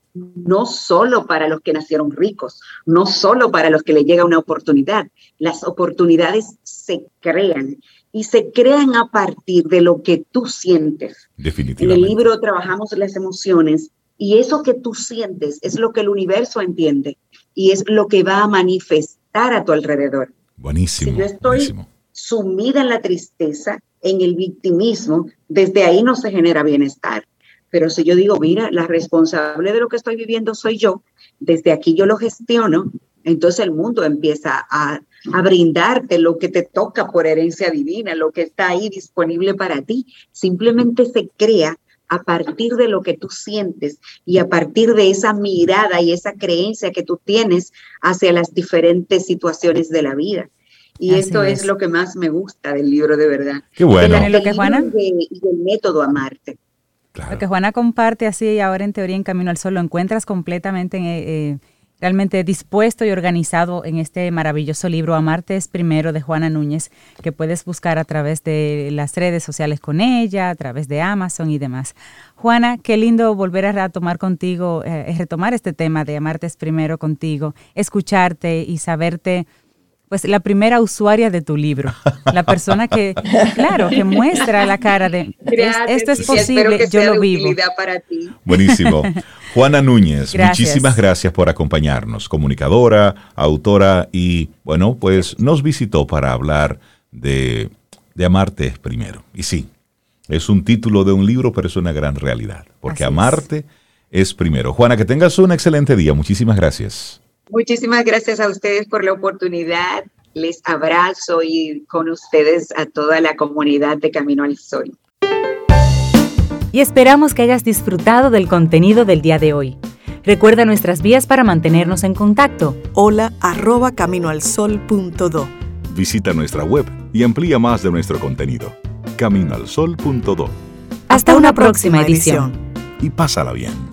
No solo para los que nacieron ricos, no solo para los que les llega una oportunidad. Las oportunidades se crean. Y se crean a partir de lo que tú sientes. Definitivamente. En el libro trabajamos las emociones y eso que tú sientes es lo que el universo entiende y es lo que va a manifestar a tu alrededor. Buenísimo. Si yo estoy sumida en la tristeza, en el victimismo, desde ahí no se genera bienestar. Pero si yo digo, mira, la responsable de lo que estoy viviendo soy yo, desde aquí yo lo gestiono, entonces el mundo empieza a brindarte lo que te toca por herencia divina, lo que está ahí disponible para ti. Simplemente se crea a partir de lo que tú sientes y a partir de esa mirada y esa creencia que tú tienes hacia las diferentes situaciones de la vida. Y esto es lo que más me gusta del libro, de verdad. Qué bueno. Lo que Juana y del método Amarte. Claro. Lo que Juana comparte así ahora en Teoría en Camino al Sol, lo encuentras completamente realmente dispuesto y organizado en este maravilloso libro Amarte es Primero, de Juana Núñez, que puedes buscar a través de las redes sociales con ella, a través de Amazon y demás. Juana, qué lindo volver a retomar contigo, retomar este tema de Amarte es Primero contigo, escucharte y saberte pues la primera usuaria de tu libro, la persona que, claro, que muestra la cara de esto es posible, yo lo vivo. Para ti. Buenísimo. Juana Núñez, muchísimas gracias por acompañarnos, comunicadora, autora y, bueno, pues nos visitó para hablar de Amarte es Primero. Y sí, es un título de un libro, pero es una gran realidad, porque Amarte es Primero. Juana, que tengas un excelente día. Muchísimas gracias. Muchísimas gracias a ustedes por la oportunidad. Les abrazo y con ustedes a toda la comunidad de Camino al Sol. Y esperamos que hayas disfrutado del contenido del día de hoy. Recuerda nuestras vías para mantenernos en contacto. hola@caminoalsol.do. Visita nuestra web y amplía más de nuestro contenido. caminoalsol.do. Hasta una próxima edición. Y pásala bien.